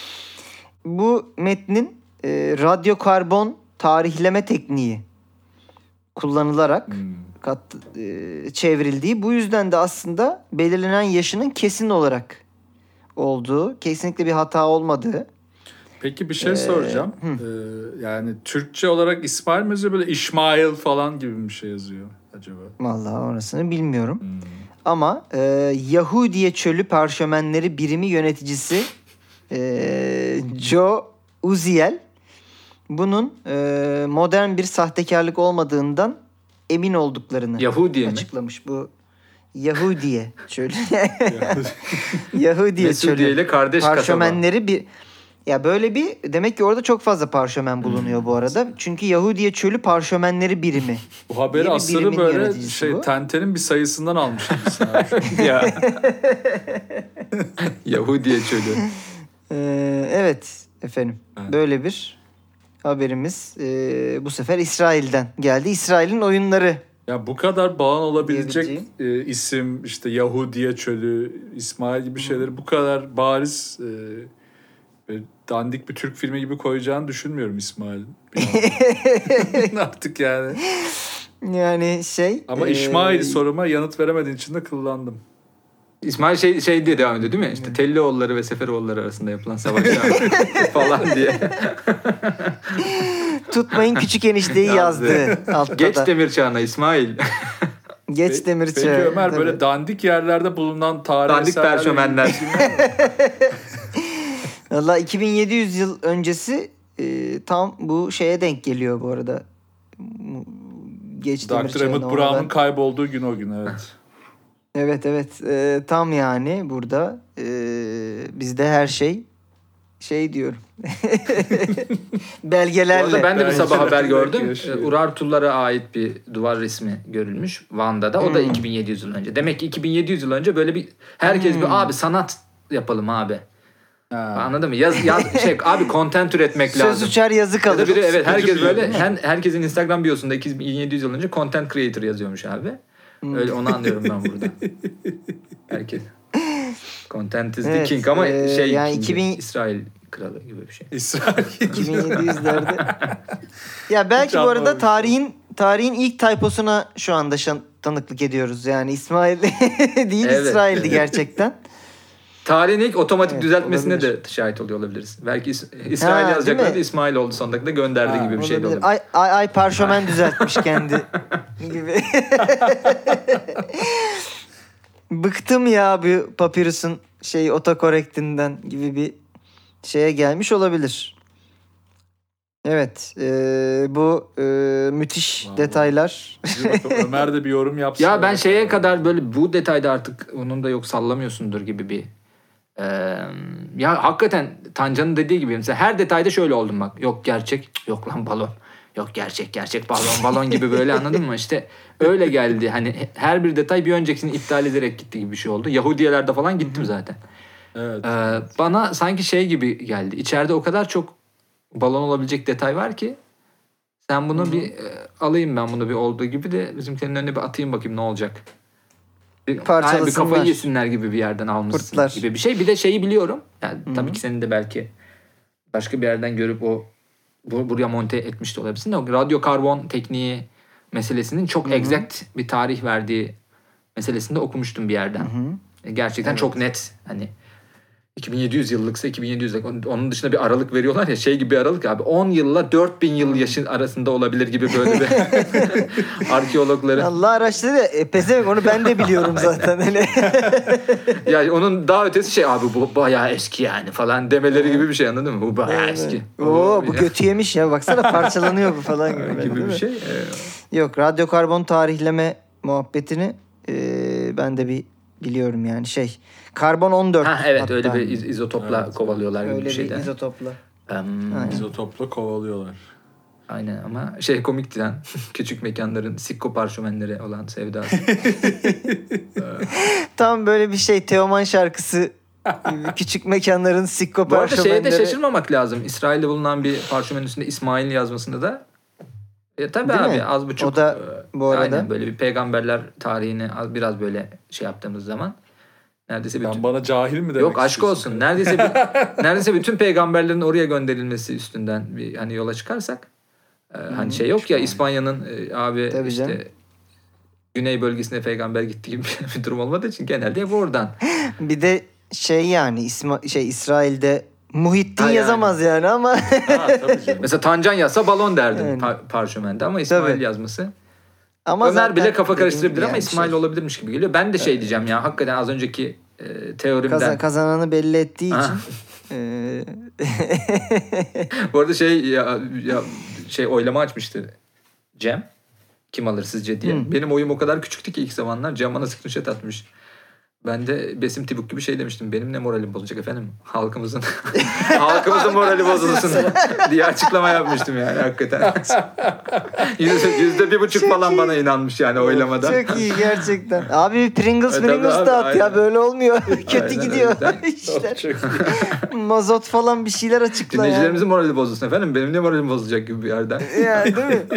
S2: Bu metnin e, radyokarbon tarihleme tekniği kullanılarak
S3: Hmm.
S2: kat e, çevrildiği. Bu yüzden de aslında belirlenen yaşının kesin olarak olduğu, kesinlikle bir hata olmadığı.
S3: Peki bir şey soracağım. Ee, yani Türkçe olarak İsmail mi yazıyor, böyle İsmail falan gibi bir şey yazıyor acaba?
S2: Vallahi orasını bilmiyorum.
S3: Hmm.
S2: Ama e, Yahudiye Çölü Parşömenleri Birimi yöneticisi e, Joe Uziel bunun e, modern bir sahtekarlık olmadığından emin olduklarını
S4: Yahudiye mi?
S2: açıklamış. Bu Yahudiye Çölü. Yahudiye
S4: Mesudiye
S2: Çölü
S4: ile kardeş kasaba.
S2: Parşömenleri bir ya böyle bir demek ki orada çok fazla parşömen bulunuyor bu arada. Çünkü Yahudiye Çölü Parşömenleri Birimi.
S3: Bu haberi
S2: Diye bir
S3: asırı
S2: birimin
S3: böyle
S2: yöneticisi
S3: şey
S2: bu.
S3: tentenin bir sayısından almış gibisin abi.
S4: Ya. Yahudiye çölü.
S2: Ee, evet efendim.
S3: Evet.
S2: Böyle bir haberimiz e, bu sefer İsrail'den geldi. İsrail'in oyunları.
S3: Ya bu kadar bağın olabilecek
S2: Diyebileceğim.
S3: e, isim, işte Yahudiye Çölü, İsmail gibi şeyleri bu kadar bariz e, ve dandik bir Türk filmi gibi koyacağını düşünmüyorum İsmail'in. Artık yani.
S2: Yani şey.
S3: Ama
S2: e,
S3: İsmail soruma yanıt veremediğin için de kullandım.
S4: İsmail şey, şey diye devam ediyor değil mi? İşte Tellioğulları ve Seferoğulları arasında yapılan savaşlar falan diye.
S2: Tutmayın küçük enişteyi yazdı altta
S4: Geç
S2: da.
S4: demir çağına İsmail.
S2: Geç
S3: Pe-
S2: demir
S3: Peki
S2: çağı.
S3: Ömer,
S2: Tabii.
S3: böyle dandik yerlerde bulunan tarih
S4: Dandik
S3: eserlerle
S4: perşömenler.
S2: Valla iki bin yedi yüz yıl öncesi e, tam bu şeye denk geliyor bu arada. Geç demir
S3: doktor
S2: çağına
S3: Emmett
S2: ona
S3: Brown'un
S2: ben-
S3: kaybolduğu gün o gün, evet.
S2: Evet evet. E, tam yani burada e, bizde her şey şey diyorum.
S4: Bu
S2: Belgelerle.
S4: arada ben de bir
S3: Belki
S4: sabah
S3: de
S4: haber
S3: belki
S4: gördüm.
S3: yaşıyor.
S4: Urartulara ait bir duvar resmi görülmüş Van'da. O da iki bin yedi yüz yıl önce. Demek ki iki bin yedi yüz yıl önce böyle bir herkes bir abi sanat yapalım abi.
S3: Ha.
S4: Anladın mı? Yaz, yaz şey abi content üretmek
S2: Söz
S4: lazım.
S2: uçar yazı
S4: Ya da
S2: kalır.
S4: biri, evet,
S3: Sıkıcı
S4: herkes
S3: bir
S4: böyle
S3: yer.
S4: her, herkesin Instagram biosunda iki bin yedi yüz yıl önce content creator yazıyormuş abi. Öyle onu anlıyorum ben burada. Herkes. Content is the
S2: Evet,
S4: king ama
S2: e,
S4: şey
S2: yani
S4: kingi,
S2: iki bin
S4: İsrail kralı gibi bir şey.
S3: İsrail.
S2: iki bin yedi yüzlerde. Ya belki
S3: Hiç
S2: bu arada
S3: anlamamıştım.
S2: tarihin tarihin ilk typosuna şu anda şan, tanıklık ediyoruz. Yani İsmail değil
S4: Evet,
S2: İsrail'di
S4: evet.
S2: gerçekten.
S4: Tarihin ilk otomatik
S2: Evet,
S4: düzeltmesine
S2: olabilir.
S4: de şahit oluyor olabiliriz. Belki İs- İsrail
S2: Ha,
S4: yazacaklardı,
S2: değil mi?
S4: İsmail oldu son dakikada gönderdi
S3: Ha,
S4: gibi bir şey de
S2: Olabilir.
S4: olabilir.
S2: Ay, ay, ay parşömen düzeltmiş kendi gibi. Bıktım ya bu papyrus'un şey otokorektinden gibi bir şeye gelmiş olabilir. Evet. e, bu e, müthiş
S3: Vallahi.
S2: detaylar.
S3: Dur bakalım, Ömer de bir yorum yapsın.
S4: Ya ben şeye kadar böyle bu detayda artık onun da yok sallamıyorsundur gibi bir Ee, ya hakikaten Tancan'ın dediği gibi mesela her detayda şöyle oldum bak. Yok gerçek, yok lan balon. Yok gerçek, gerçek balon, balon gibi böyle, anladın mı? İşte öyle geldi. Hani her bir detay bir öncekisini iptal ederek gitti gibi bir şey oldu. Yahudiyelerde falan gittim zaten.
S3: Evet.
S4: Ee, bana sanki şey gibi geldi. İçeride o kadar çok balon olabilecek detay var ki sen bunu bir e, alayım ben bunu bir olduğu gibi de bizimkilerin önüne bir atayım bakayım ne olacak. Bir,
S2: Parçalasınlar.
S4: yani bir kafayı yesinler gibi bir yerden almışsın
S2: Pırtlar.
S4: gibi bir şey. Bir de şeyi biliyorum. Yani
S2: Hı-hı.
S4: tabii ki senin de belki başka bir yerden görüp o bu, buraya monte etmiş de olabilirsin de o radyo karbon tekniği meselesinin çok
S2: Hı-hı.
S4: exact bir tarih verdiği meselesinde okumuştum bir yerden.
S2: Hı-hı.
S4: Gerçekten
S2: Evet.
S4: çok net. Hani iki bin yedi yüz yıllıksa iki bin yedi yüz yıllık. Onun dışında bir aralık veriyorlar ya, şey gibi bir aralık abi. on yılla dört bin yıl yaşın arasında olabilir gibi böyle bir arkeologların.
S2: Allah araştırdı. E, pezevenk onu ben de biliyorum zaten. Hani.
S4: Ya onun daha ötesi şey abi bu bayağı eski yani falan demeleri gibi bir şey, anladın mı? Bu bayağı eski.
S2: Oo bu götü yemiş ya. Baksana parçalanıyor bu falan gibi. böyle,
S4: gibi
S2: değil
S4: bir
S2: mi?
S4: şey. Ee,
S2: Yok, radyokarbon tarihleme muhabbetini e, ben de bir biliyorum yani şey. Karbon on dört.
S4: Ha evet,
S2: hatta.
S4: öyle bir iz- izotopla
S3: Evet.
S4: kovalıyorlar gibi
S2: Öyle
S4: bir şeyden.
S2: bir izotopla.
S4: Em,
S2: Aynen.
S3: İzotopla kovalıyorlar.
S4: aynen ama şey komikti lan. Küçük mekanların sikko parşömenleri olan sevdası.
S2: Tam böyle bir şey Teoman şarkısı gibi. Küçük mekanların sikko
S4: Bu arada şeye de
S2: parşömenleri.
S4: şaşırmamak lazım. İsrail'de bulunan bir parşömenin üstünde İsmail yazmasında da e, tabii
S2: Değil
S4: abi
S2: mi?
S4: az buçuk
S2: O da
S4: e,
S2: bu arada.
S4: aynen böyle bir peygamberler tarihini az, biraz böyle şey yaptığımız zaman neredeyse bütün
S3: Ben bana cahil mi demek
S4: yok aşk
S3: istiyorsun?
S4: olsun. Neredeyse bir, neredeyse bütün peygamberlerin oraya gönderilmesi üstünden bir hani yola çıkarsak e, hani şey yok ya İspanya'nın e, abi
S2: Tabii
S4: işte
S2: canım.
S4: Güney bölgesine peygamber gitti gibi bir durum olmadığı için genelde hep oradan.
S2: Bir de şey yani İsma şey İsrail'de Muhittin
S4: Ha, yani.
S2: yazamaz yani ama
S3: Ha, tabii canım.
S4: Mesela Tancan yazsa balon derdim
S2: Yani.
S4: par- parşömende ama İsmail
S2: Tabii.
S4: yazması.
S2: ama
S4: Ömer
S2: zaten
S4: bile kafa
S2: dediğim
S4: karıştırabilir
S2: gibi
S4: ama
S2: yani
S4: İsmail
S2: şey,
S4: olabilirmiş gibi geliyor. Ben de şey diyeceğim ya hakikaten az önceki e, teorimden.
S2: kazan- kazananı belli ettiği
S4: Ha.
S2: için eee,
S4: Bu arada şey ya, ya şey oylama açmıştı Cem. Kim alır sizce diye.
S2: Hı.
S4: Benim oyum o kadar küçüktü ki ilk zamanlar. Cem bana screenshot atmış. Ben de Besim Tibuk gibi şey demiştim. Benim ne moralim bozacak efendim? Halkımızın halkımızın morali bozulsun diye açıklama yapmıştım yani hakikaten. yüzde, yüzde bir buçuk
S2: Çok
S4: falan
S2: iyi.
S4: bana inanmış yani oylamada.
S2: çok iyi gerçekten. Abi bir Pringles
S4: E, tabii
S2: Pringles
S4: abi,
S2: dağıt ya
S4: aynen.
S2: böyle olmuyor. Kötü
S4: Aynen,
S2: gidiyor
S4: o yüzden.
S2: işler.
S3: Çok iyi.
S2: Mazot falan bir şeyler açıkla yani.
S4: Dinleyicilerimizin morali bozulsun efendim. Benim ne moralim bozulacak gibi bir yerden.
S2: Yani değil mi?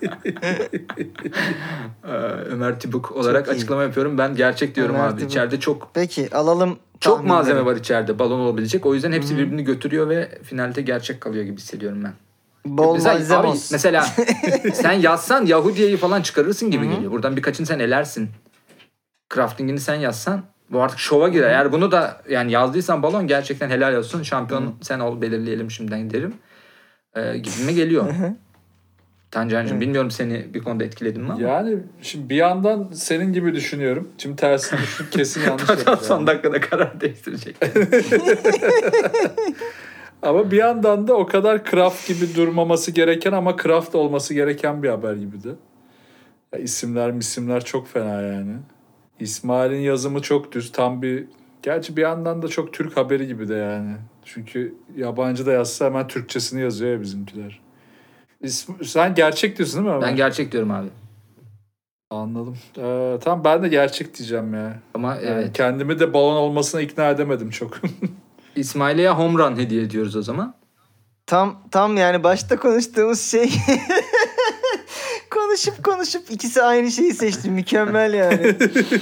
S4: Ee, Ömer Tibuk olarak
S2: iyi.
S4: açıklama yapıyorum. Ben gerçek diyorum
S2: Ömer
S4: abi.
S2: Tibuk.
S4: İçeride çok
S2: Peki alalım.
S4: çok
S2: tahminleri.
S4: malzeme var içeride balon olabilecek. O yüzden hepsi birbirini götürüyor ve finalde gerçek kalıyor gibi hissediyorum ben.
S2: Bol
S4: Mesela,
S2: malzeme
S4: abi,
S2: olsun.
S4: mesela sen yazsan Yahudiye'yi falan çıkarırsın gibi geliyor. Buradan birkaçını sen elersin. Crafting'ini sen yazsan bu artık şova girer. Eğer bunu da yani yazdıysan balon gerçekten helal olsun. Şampiyon sen ol belirleyelim şimdiden derim. Ee, gibime geliyor. Tancancığım bilmiyorum seni bir konuda etkiledim mi ama.
S3: Yani şimdi bir yandan senin gibi düşünüyorum. Şimdi tersini düşün kesin yanlış
S4: Tancan
S3: yapacağım.
S4: son dakikada karar değiştirecek.
S3: Ama bir yandan da o kadar craft gibi durmaması gereken ama craft olması gereken bir haber gibi de. Ya isimler misimler çok fena yani. İsmail'in yazımı çok düz. Tam bir... Gerçi bir yandan da çok Türk haberi gibi de yani. Çünkü yabancı da yazsa hemen Türkçesini yazıyor ya bizimkiler. İsm- Sen gerçek diyorsun değil mi Ömer?
S4: Ben gerçek diyorum abi.
S3: Anladım. Ee, tamam ben de gerçek diyeceğim ya.
S4: Ama
S3: Yani
S4: evet.
S3: kendimi de balon olmasına ikna edemedim çok.
S4: İsmail'e home run hediye ediyoruz o zaman.
S2: Tam tam yani başta konuştuğumuz şey konuşup konuşup ikisi aynı şeyi seçti. Mükemmel yani.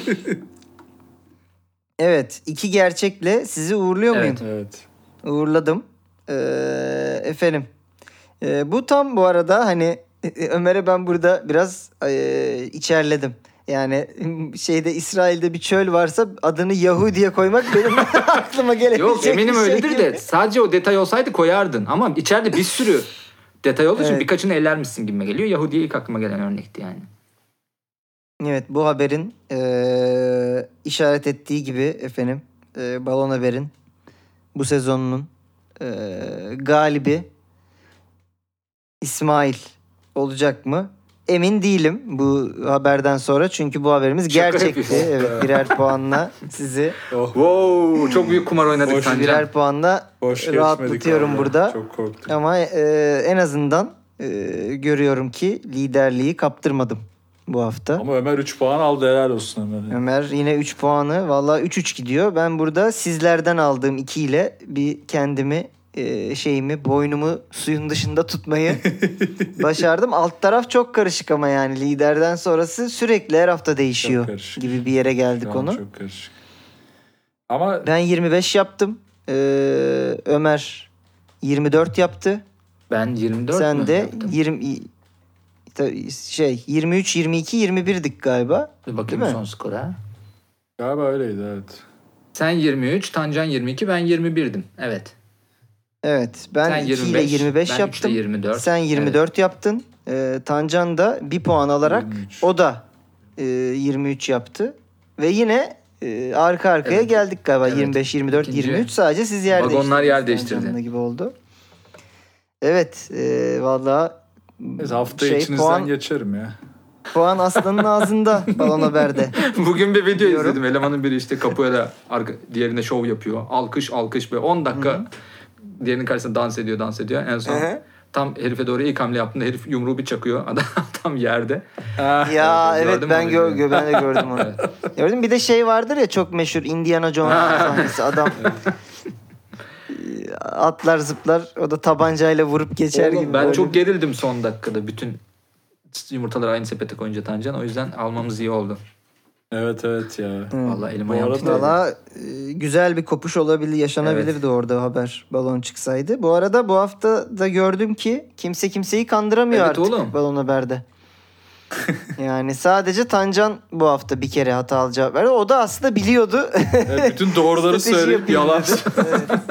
S2: Evet, iki gerçekle sizi uğurluyor muyum?
S4: Evet.
S3: Evet.
S2: Uğurladım. Ee, efendim. Ee, bu tam bu arada hani Ömer'e ben burada biraz e, içerledim. Yani şeyde İsrail'de bir çöl varsa adını Yahudi'ye koymak benim aklıma gelebilecek
S4: Yok eminim
S2: bir şey
S4: öyledir
S2: gibi.
S4: de sadece o detay olsaydı koyardın. Ama içeride bir sürü detay olduğu için
S2: Evet.
S4: birkaçını eler misin gibime geliyor. Yahudi'ye ilk aklıma gelen örnekti yani.
S2: Evet bu haberin e, işaret ettiği gibi efendim e, balon haberin bu sezonunun e, galibi İsmail olacak mı? Emin değilim bu haberden sonra çünkü bu haberimiz
S4: Şaka
S2: gerçekti.
S4: yapıyorsun.
S2: Evet birer puanla sizi
S3: Oh,
S4: Wow, çok büyük kumar oynadık
S3: Boş
S4: Tancan.
S2: birer puanla
S3: boş geçmedik
S2: rahatlatıyorum
S3: vallahi.
S2: burada.
S3: Çok korktum.
S2: Ama e, en azından e, görüyorum ki liderliği kaptırmadım bu hafta.
S3: Ama Ömer üç puan aldı helal olsun Ömer'e.
S2: Ömer yine üç puanı. Vallahi üç üç gidiyor. Ben burada sizlerden aldığım iki ile bir kendimi e, şeyimi boynumu suyun dışında tutmayı başardım. Alt taraf çok karışık ama yani liderden sonrası sürekli her hafta değişiyor
S3: Çok karışık.
S2: gibi bir yere geldi
S3: Şu an
S2: konu.
S3: Çok karışık. Ama
S2: Ben yirmi beş yaptım. Ee, Ömer yirmi dört yaptı.
S4: Ben yirmi dört
S2: Sen
S4: mü
S2: de
S4: yaptım?
S2: yirmi tabii şey yirmi üç yirmi iki yirmi birdik galiba.
S4: Bir bakayım
S2: Değil mi?
S4: son skora.
S3: galiba öyleydi evet.
S4: Sen yirmi üç, Tancan yirmi iki, ben yirmi birdim. Evet.
S2: Evet. Ben
S4: Sen
S2: iki ile
S4: yirmi beş,
S2: yirmi beş
S4: ben üç ile
S2: yaptım.
S4: yirmi dört.
S2: Sen yirmi dört yaptın. Ee, Tancan da bir puan alarak
S3: yirmi üç.
S2: o da e, yirmi üç yaptı. Ve yine e, arka arkaya
S4: Evet.
S2: geldik galiba.
S4: Evet.
S2: yirmi beş, yirmi dört,
S4: İkinci-
S2: yirmi üç sadece siz yer
S4: Vagonlar
S2: değiştirdiniz.
S4: yer değiştirdi.
S2: Tancan'la gibi oldu. Evet. E, Valla
S3: Neyse hafta
S2: şey,
S3: içinizden
S2: puan,
S3: geçerim ya.
S2: puan aslanın ağzında balon haberde.
S4: Bugün bir video
S2: Diyorum.
S4: izledim. Elemanın biri işte kapıya arka, diğerine şov yapıyor. Alkış alkış ve on dakika diğerinin karşısında dans ediyor dans ediyor. En son
S2: Hı hı.
S4: tam herife doğru ilk hamle yaptığında herif yumruğu bir çakıyor. Adam tam yerde.
S2: Ya
S4: Gördün
S2: evet
S4: mü
S2: ben
S4: onu
S2: gör,
S4: videoyu?
S2: gö- ben de gördüm onu. Gördüm bir de şey vardır ya çok meşhur Indiana Jones sahnesi adam atlar zıplar o da tabancayla vurup geçer
S4: Oğlum,
S2: gibi.
S4: ben
S2: böyle.
S4: çok gerildim son dakikada bütün yumurtaları aynı sepete koyunca Tancan. O yüzden almamız iyi oldu.
S3: Evet evet ya.
S4: Vallahi elim
S3: Bu
S4: ayağım
S3: arada-
S4: titredi.
S2: Valla e, güzel bir kopuş olabilir, yaşanabilirdi orada haber balon çıksaydı. Bu arada bu hafta da gördüm ki kimse kimseyi kandıramıyor
S4: Evet
S2: artık
S4: oğlum.
S2: balon haberde. Yani sadece Tancan bu hafta bir kere hatalı cevap verdi. O da aslında biliyordu.
S3: Evet, bütün doğruları
S2: Strateji
S3: söyleyip
S2: yapayım
S3: yalan.
S2: dedi.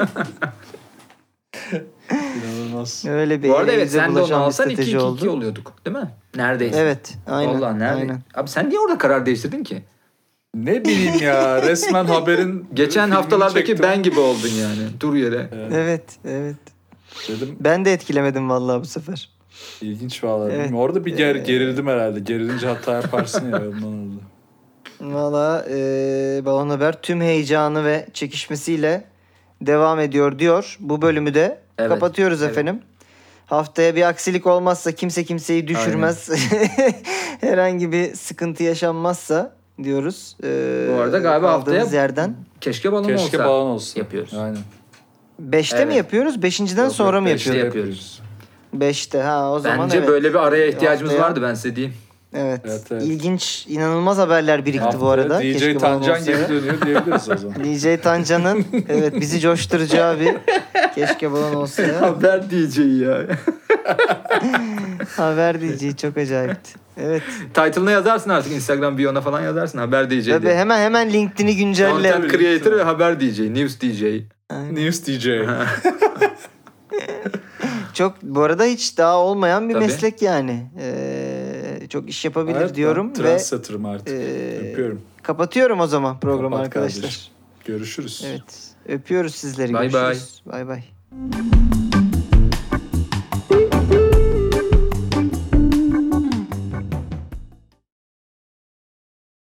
S3: İnanılmaz.
S2: Öyle bir
S4: Bu arada evet
S2: elimize
S4: sen de onu
S2: bulaşan bir
S4: alsan iki
S2: strateji
S4: iki
S2: oldu.
S4: oluyorduk değil mi? Neredeyse.
S2: Evet. Aynen.
S4: Vallahi nerede?
S2: Aynen.
S4: Abi sen niye orada karar değiştirdin ki?
S3: Ne bileyim ya, resmen haberin
S4: Geçen
S3: filmini
S4: haftalardaki
S3: çektim.
S4: ben gibi oldun yani. Dur yere.
S3: Evet.
S2: Evet. Evet.
S3: Dedim
S2: Ben de etkilemedim vallahi bu sefer.
S3: ilginç vallahi.
S2: Evet.
S3: Bilmiyorum. Orada bir ger
S2: Ee,
S3: gerildim herhalde. Gerilince hata yaparsın ya, ondan oldu.
S2: Valla e, Balon Haber tüm heyecanı ve çekişmesiyle devam ediyor diyor. Bu bölümü de
S4: Evet,
S2: kapatıyoruz
S4: evet.
S2: efendim. Haftaya bir aksilik olmazsa, kimse kimseyi düşürmez. Herhangi bir sıkıntı yaşanmazsa diyoruz. E,
S4: Bu arada galiba
S2: kaldığımız
S4: haftaya
S2: yerden.
S4: Keşke balon
S3: Keşke
S4: olsa.
S3: balon olsa.
S4: yapıyoruz.
S3: Aynen.
S2: Beşte
S4: Evet.
S2: mi yapıyoruz? Beşinciden
S3: Yok,
S2: sonra
S3: yok,
S2: mı
S3: beşte
S2: yapıyoruz?
S4: yapıyoruz.
S2: Beşte. Ha o zaman
S4: Bence
S2: evet.
S4: böyle bir araya ihtiyacımız
S2: Haftaya-
S4: vardı ben size diyeyim.
S2: Evet.
S3: Evet, evet.
S2: İlginç, inanılmaz haberler birikti bu
S3: Haftaya
S2: arada.
S3: D J
S2: Keşke balon
S3: Tancan
S2: olsa.
S3: geri dönüyor diyebiliriz o zaman.
S2: D J Tancan'ın evet bizi coşturacağı bir keşke balon olsa ya.
S4: Haber diyeceği ya.
S2: Haber diyeceği çok acayipti. Evet.
S4: Title'ına yazarsın artık Instagram biyona falan yazarsın haber diyeceği
S2: Tabii
S4: diye.
S2: hemen hemen LinkedIn'i güncelle.
S4: Content creator ve haber diyeceği, news diyeceği.
S2: Aynen.
S3: News D J.
S2: Çok bu arada hiç daha olmayan bir
S4: Tabii.
S2: meslek yani. Ee, çok iş yapabilir
S3: Evet,
S2: diyorum
S3: ben
S2: ve
S3: trendsetter'ım artık.
S2: e,
S3: Öpüyorum.
S2: kapatıyorum o zaman programı
S3: Kapat
S2: arkadaşlar.
S3: kardeşim. Görüşürüz.
S2: Evet. Öpüyoruz sizleri.
S4: Bye bye.
S2: Görüşürüz. Bay bay.